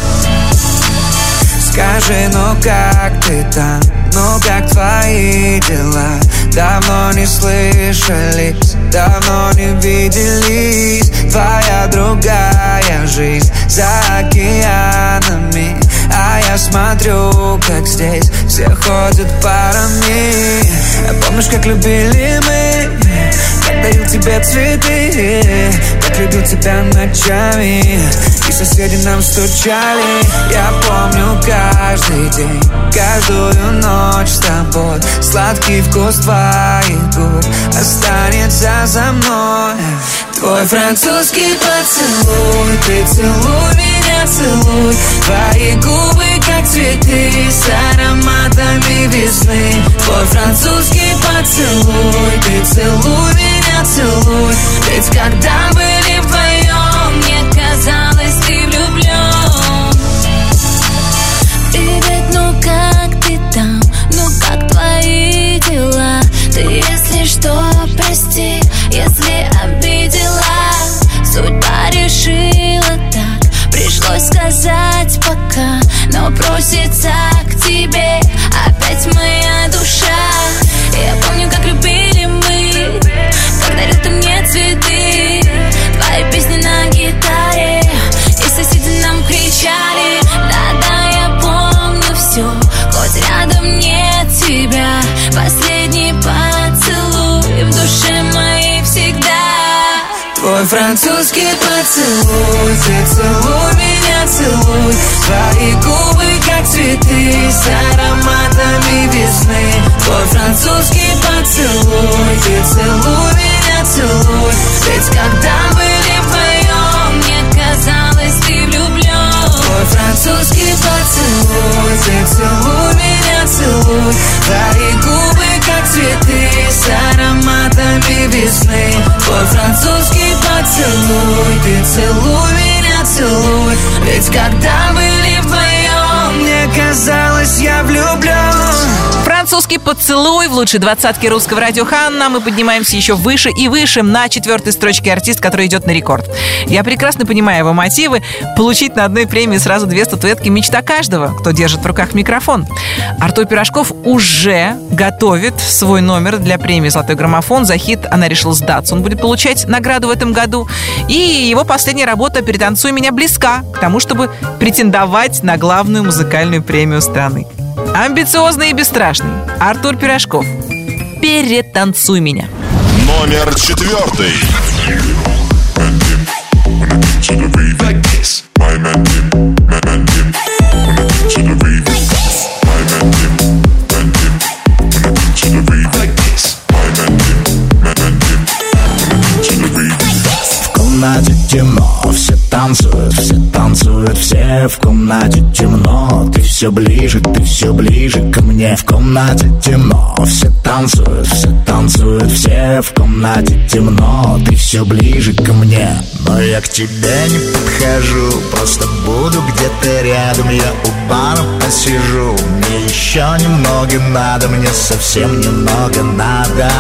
Скажи, ну как ты там, ну как твои дела? Давно не слышались, давно не виделись. Твоя другая жизнь за океанами, а я смотрю, как здесь все ходят парами. Помнишь, как любили мы, как дарил тебе цветы, как любил тебя ночами, и соседи нам стучали. Я помню каждый день, каждую ночь с тобой. Сладкий вкус твоих губ останется за мной. Твой французский поцелуй, ты целуй меня, целуй. Твои губы, как цветы, с ароматами весны. Твой французский поцелуй, ты целуй меня, целуй. Ведь когда были вдвоем, мне казалось, ты влюблен. Привет, ну как ты там, ну как твои дела? Ты, если что, прости, если обидела. Судьба решила так, пришлось сказать пока. Но просится к тебе опять моя душа. Я помню, как любили мы, как дарил ты мне цветы. Твои песни на гитаре, и соседи нам кричали. Да-да, я помню все, хоть рядом нет тебя. Последний поцелуй в душе моей всегда. Твой французский поцелуй, ты целуй меня, целуй. Твои губы, как цветы, с ароматами весны. Твой французский поцелуй, ты целуй меня, целуй. Ведь когда были вдвоем, мне казалось, ты влюблен. Твой французский поцелуй, ты целуй меня, целуй. Твои губы, как цветы, с ароматами весны. Твой французский поцелуй, ты целуй меня, целуй. Ведь когда были вдвоем, мне казалось, я влюблен. Французский поцелуй в лучшей двадцатке русского радио Ханна. Мы поднимаемся еще выше и выше на 4-й строчке артист, который идет на рекорд. Я прекрасно понимаю его мотивы. Получить на одной премии сразу 2 статуэтки — мечта каждого, кто держит в руках микрофон. Артур Пирожков уже готовит свой номер для премии «Золотой граммофон». За хит «Она решила сдаться» он будет получать награду в этом году. И его последняя работа «Перетанцуй меня» близка к тому, чтобы претендовать на главную музыкальную премию страны. Амбициозный и бесстрашный Артур Пирожков. «Перетанцуй меня». Номер 4. В комнате темно, все танцуют, все танцуют, все в комнате темно. Ты все ближе ко мне. В комнате темно, все танцуют, все в комнате темно. Ты все ближе ко мне, но я к тебе не подхожу. Просто буду где-то рядом, я у бара посижу. Мне еще немного надо, мне совсем немного надо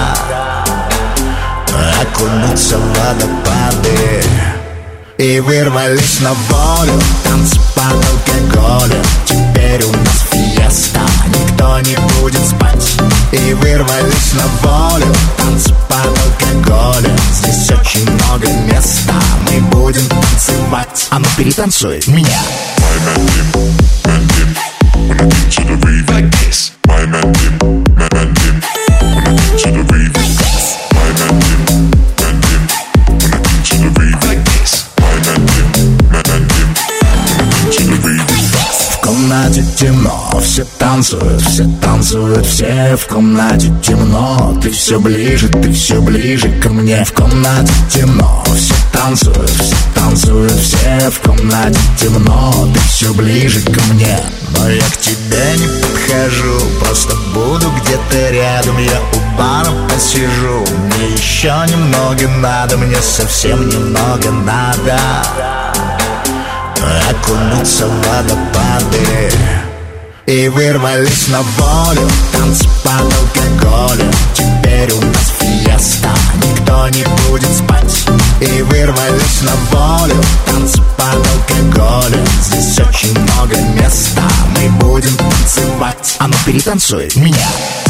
окунуться в водопады. И вырвались на волю, танцы под алкоголем. Теперь у нас фиеста, никто не будет спать. И вырвались на волю, танцы под алкоголем. Здесь очень много места, мы будем танцевать. А ну перетанцуй меня. В комнате темно, все танцуют, все в комнате темно. Ты все ближе ко мне. В комнате темно, все танцуют, все в комнате темно. Ты все ближе ко мне, но я к тебе не подхожу. Просто буду где-то рядом, я у бара посижу. Мне еще немного надо, мне совсем немного надо окунуться в водопады. И вырвались на волю, танцы под алкоголем. Теперь у нас фиеста, никто не будет спать. И вырвались на волю, танцы под алкоголем. Здесь очень много места, мы будем танцевать. А ну перетанцуй меня.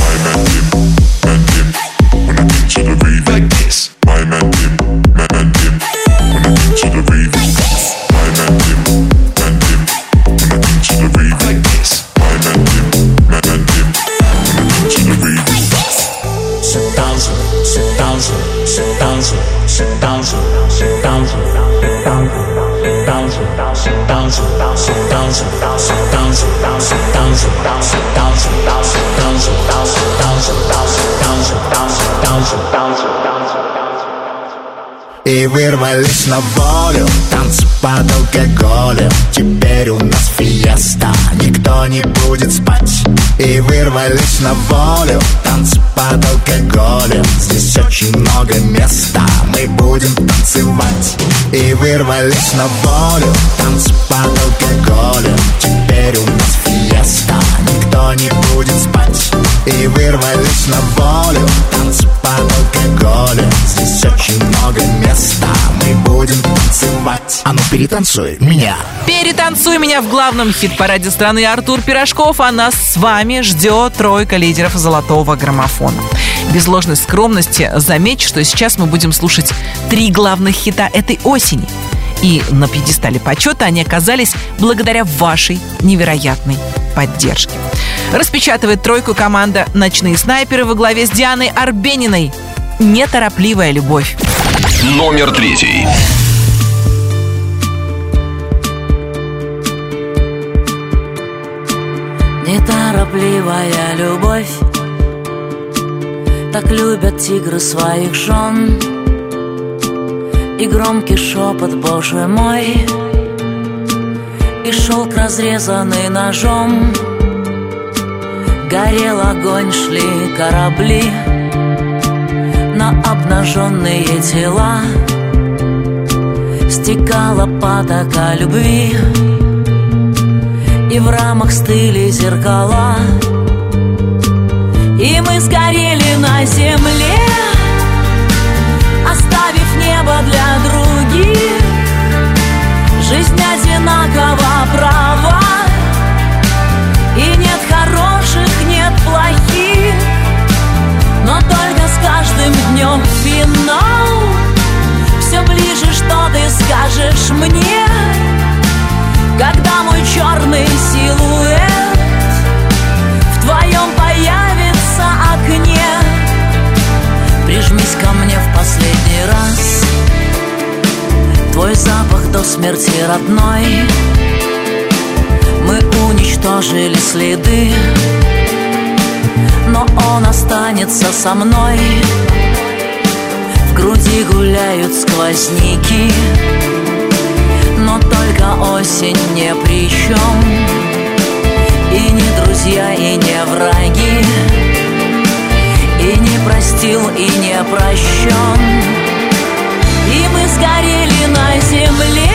И вырвались на волю, танцы под алкоголем. Теперь у нас фиеста, никто не будет спать. И вырвались на волю, танцы под алкоголем. Здесь очень много места, мы будем танцевать. И вырвались на волю, танцы под алкоголем. Теперь у нас фиеста, никто не будет спать. И вырвались на волю, танцы под алкоголем. Здесь очень много места, мы будем танцевать. А ну перетанцуй меня. Перетанцуй меня в главном хит-параде страны. Артур Пирожков, а нас с вами ждет тройка лидеров золотого граммофона. Без ложной скромности замечу, что сейчас мы будем слушать 3 главных хита этой осени. И на пьедестале почета они оказались благодаря вашей невероятной поддержке. Распечатывает тройку команда «Ночные снайперы» во главе с Дианой Арбениной. «Неторопливая любовь». Номер 3. Неторопливая любовь, так любят тигры своих жен. И громкий шепот, Боже мой, и шелк, разрезанный ножом. Горел огонь, шли корабли на обнаженные тела. Стекала потока любви, и в рамах стыли зеркала. И мы сгорели на земле, оставив небо для других. Жизнь одинаково права, и нет хороших, нет плохих. Но только с каждым днем финал. Все ближе, что ты скажешь мне, когда мой черный силуэт в твоем появится окне. Прижмись ко мне в последний раз, твой запах до смерти родной. Мы уничтожили следы, но он останется со мной. В груди гуляют сквозняки, но только осень не при чем. И не друзья, и не враги, и не простил, и не прощен. И мы сгорели на земле,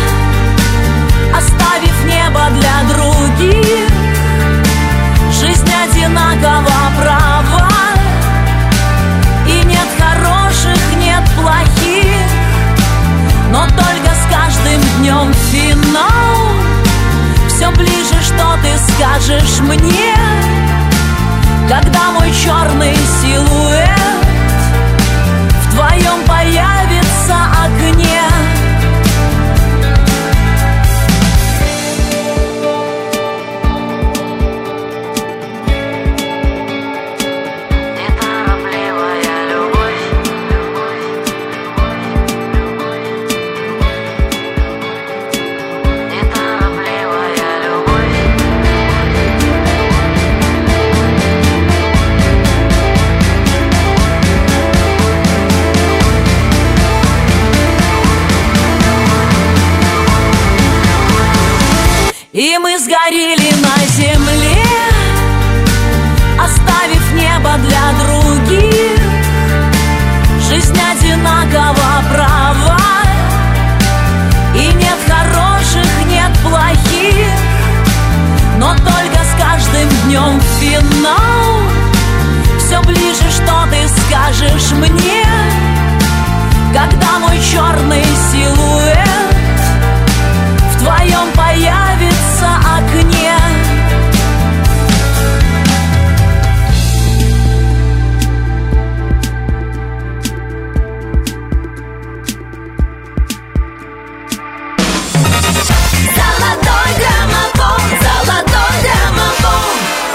оставив небо для других. Жизнь одинаково права, и нет хороших, нет плохих. Но только с каждым днем финал. Все ближе, что ты скажешь мне, когда мой черный силуэт в твоем появится окне. И мы сгорели на земле, оставив небо для других. Жизнь одинаково права, и нет хороших, нет плохих. Но только с каждым днем финал. Все ближе, что ты скажешь мне, когда мой черный силуэт в твоем появится окне. Золотой граммофон, золотой граммофон.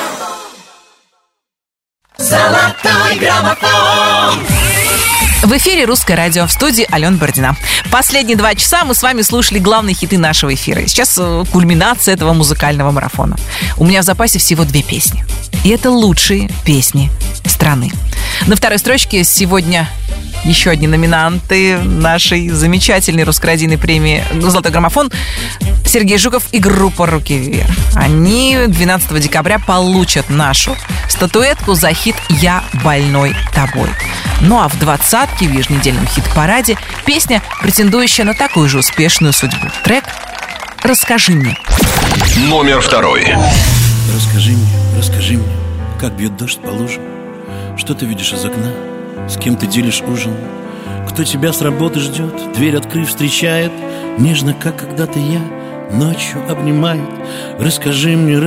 Золотой граммофон. В эфире «Русское радио», в студии Алена Бородина. Последние 2 часа мы с вами слушали главные хиты нашего эфира. И сейчас кульминация этого музыкального марафона. У меня в запасе всего 2 песни. И это лучшие песни страны. На второй строчке сегодня еще одни номинанты нашей замечательной русскородийной премии «Золотой граммофон» Сергей Жуков и группа «Руки вверх». Они 12 декабря получат нашу статуэтку за хит «Я больной тобой». Ну а в 20-ке в еженедельном хит-параде песня, претендующая на такую же успешную судьбу. Трек «Расскажи мне». Номер 2. Расскажи мне, как бьет дождь по лужам. Что ты видишь из окна? С кем ты делишь ужин? Кто тебя с работы ждет? Дверь открыв встречает, нежно, как когда-то я, ночью обнимает. Расскажи мне,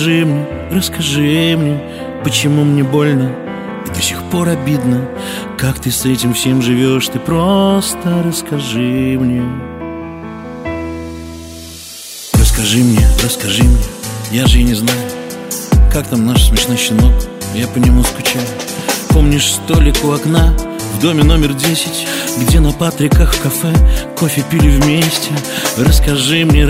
почему мне больно и до сих пор обидно. Как ты с этим всем живешь? Ты просто расскажи мне. Расскажи мне, я же и не знаю, как там наш смешной щенок. Я по нему скучаю. Помнишь столик у окна в доме номер 10, где на Патриках в кафе кофе пили вместе? Расскажи мне,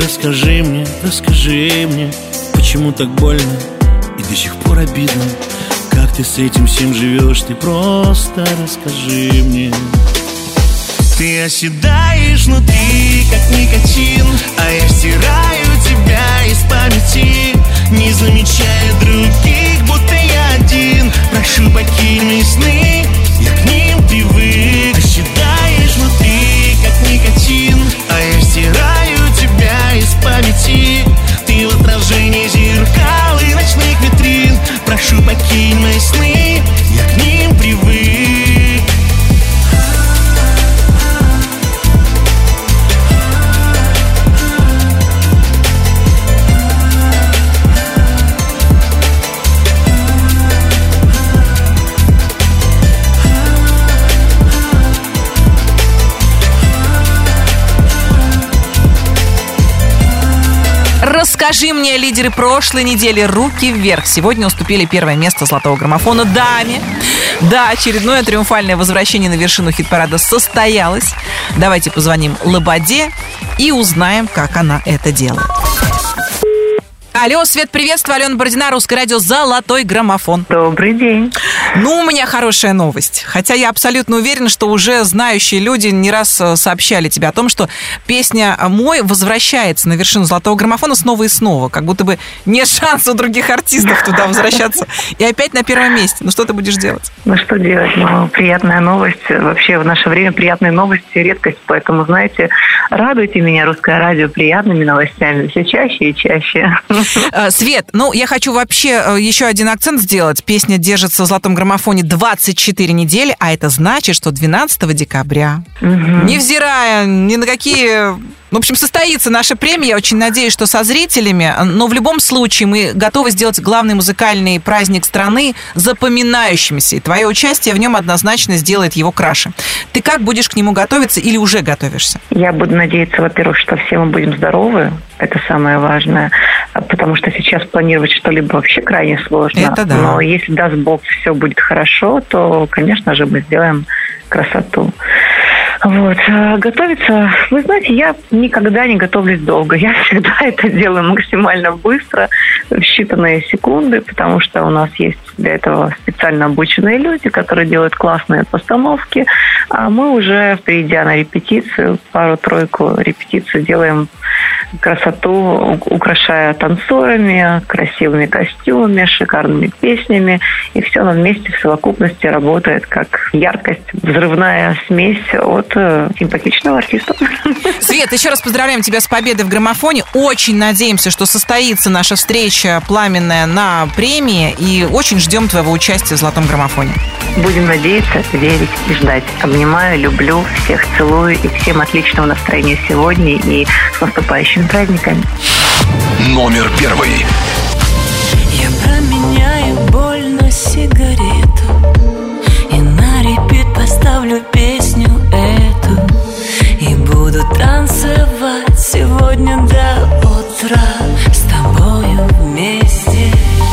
почему так больно и до сих пор обидно. Как ты с этим всем живешь? Ты просто расскажи мне. Ты оседаешь внутри, как никотин, а я стираю тебя из памяти, не замечая других, будто я один. Прошу, покинь мои сны, я к ним привык. Оседаешь внутри, как никотин, а я стираю тебя из памяти. Ты в отражении зеркал и ночных витрин. Прошу, покинь мои сны, я к ним привык. Расскажи мне, лидеры прошлой недели «Руки вверх» сегодня уступили первое место золотого граммофона даме. Да, очередное триумфальное возвращение на вершину хит-парада состоялось. Давайте позвоним Лободе и узнаем, как она это делает. Алло, Свет, приветствую. Алена Бородина, Русское радио, «Золотой граммофон». Добрый день. Ну, у меня хорошая новость. Хотя я абсолютно уверена, что уже знающие люди не раз сообщали тебе о том, что песня «Мой» возвращается на вершину золотого граммофона снова и снова. Как будто бы нет шанса у других артистов туда возвращаться. И опять на первом месте. Ну, что ты будешь делать? Ну, что делать? Ну, приятная новость. Вообще, в наше время приятные новости – редкость. Поэтому, знаете, радуйте меня, Русское радио, приятными новостями все чаще и чаще. Свет, ну, я хочу вообще еще один акцент сделать. Песня держится в золотом граммофоне 24 недели, а это значит, что 12 декабря, невзирая ни на какие... В общем, состоится наша премия. Я очень надеюсь, что со зрителями. Но в любом случае мы готовы сделать главный музыкальный праздник страны запоминающимся. И твое участие в нем однозначно сделает его краше. Ты как будешь к нему готовиться или уже готовишься? Я буду надеяться, во-первых, что все мы будем здоровы. Это самое важное. Потому что сейчас планировать что-либо вообще крайне сложно. Это да. Но если, даст Бог, все будет хорошо, то, конечно же, мы сделаем красоту. Вот. Готовиться, вы знаете, я никогда не готовлюсь долго. Я всегда это делаю максимально быстро, в считанные секунды, потому что у нас есть для этого специально обученные люди, которые делают классные постановки, а мы уже, придя на репетицию, пару-тройку репетиций, делаем красоту, украшая танцорами, красивыми костюмами, шикарными песнями, и все оно вместе в совокупности работает как яркость, взрывная смесь от симпатичного артиста. Свет, еще раз поздравляем тебя с победой в граммофоне. Очень надеемся, что состоится наша встреча пламенная на премии, и очень ждем твоего участия в золотом граммофоне. Будем надеяться, верить и ждать. Обнимаю, люблю, всех целую, и всем отличного настроения сегодня и с наступающими праздниками. Номер 1. Я променяю боль на сигарету и на репит поставлю песню эту, и буду танцевать сегодня до утра с тобою вместе.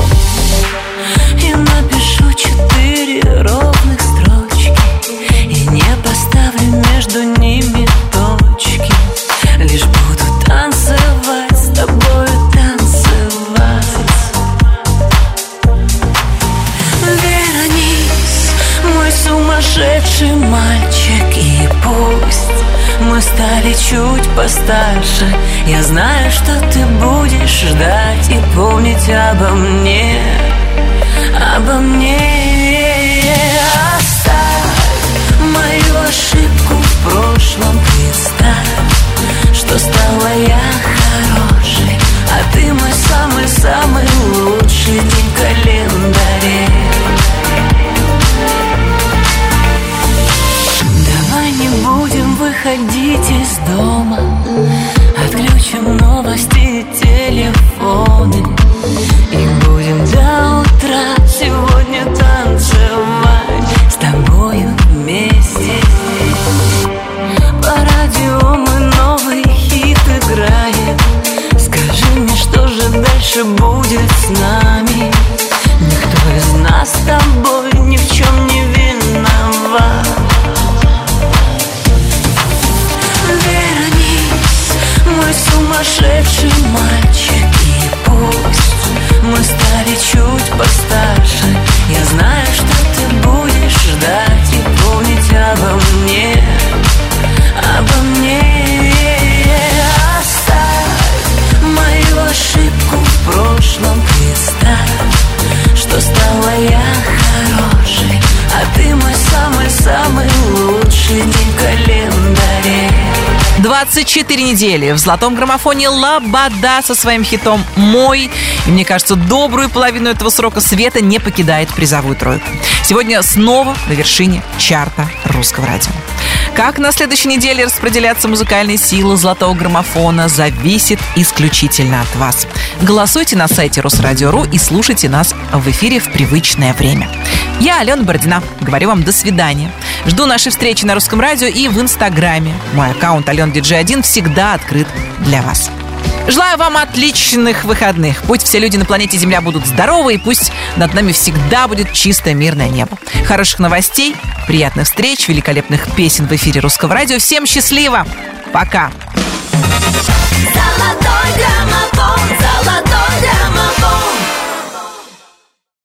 И напишу 4 ровных строчки и не поставлю между ними точки. Лишь буду танцевать с тобою, танцевать. Вернись, мой сумасшедший мальчик, и пусть мы стали чуть постарше, я знаю, что ты будешь ждать и помнить обо мне, обо мне. Оставь мою ошибку в прошлом, представь, что стала я хорошей, а ты мой самый-самый лучший день в календаре. Давай не будем выходить из дома, отключим новости и телефоны, и будем до утра сегодня танцевать с тобою вместе. По радио мы новый хит играем. Скажи мне, что же дальше будет с нами? Никто из нас с тобой ни в чем не виноват. Вернись, мой сумасшедший мальчик, и пусть мы стали чуть постарше, я знаю, что ты будешь ждать и помнить обо мне, обо мне. Оставь мою ошибку в прошлом, представь, что стала я хорошей, а ты мой самый-самый лучший день в календаре. 24 недели в золотом граммофоне Лобода со своим хитом «Мой». И мне кажется, добрую половину этого срока Света не покидает призовую тройку. Сегодня снова на вершине чарта Русского радио. Как на следующей неделе распределяться музыкальные силы золотого граммофона, зависит исключительно от вас. Голосуйте на сайте Русрадио.ру и слушайте нас в эфире в привычное время. Я Алена Бородина. Говорю вам до свидания. Жду нашей встречи на Русском радио и в Инстаграме. Мой аккаунт AlenaDJ1 всегда открыт для вас. Желаю вам отличных выходных. Пусть все люди на планете Земля будут здоровы, и пусть над нами всегда будет чистое мирное небо. Хороших новостей, приятных встреч, великолепных песен в эфире Русского радио. Всем счастливо! Пока! Золотой граммофон, золотой граммофон.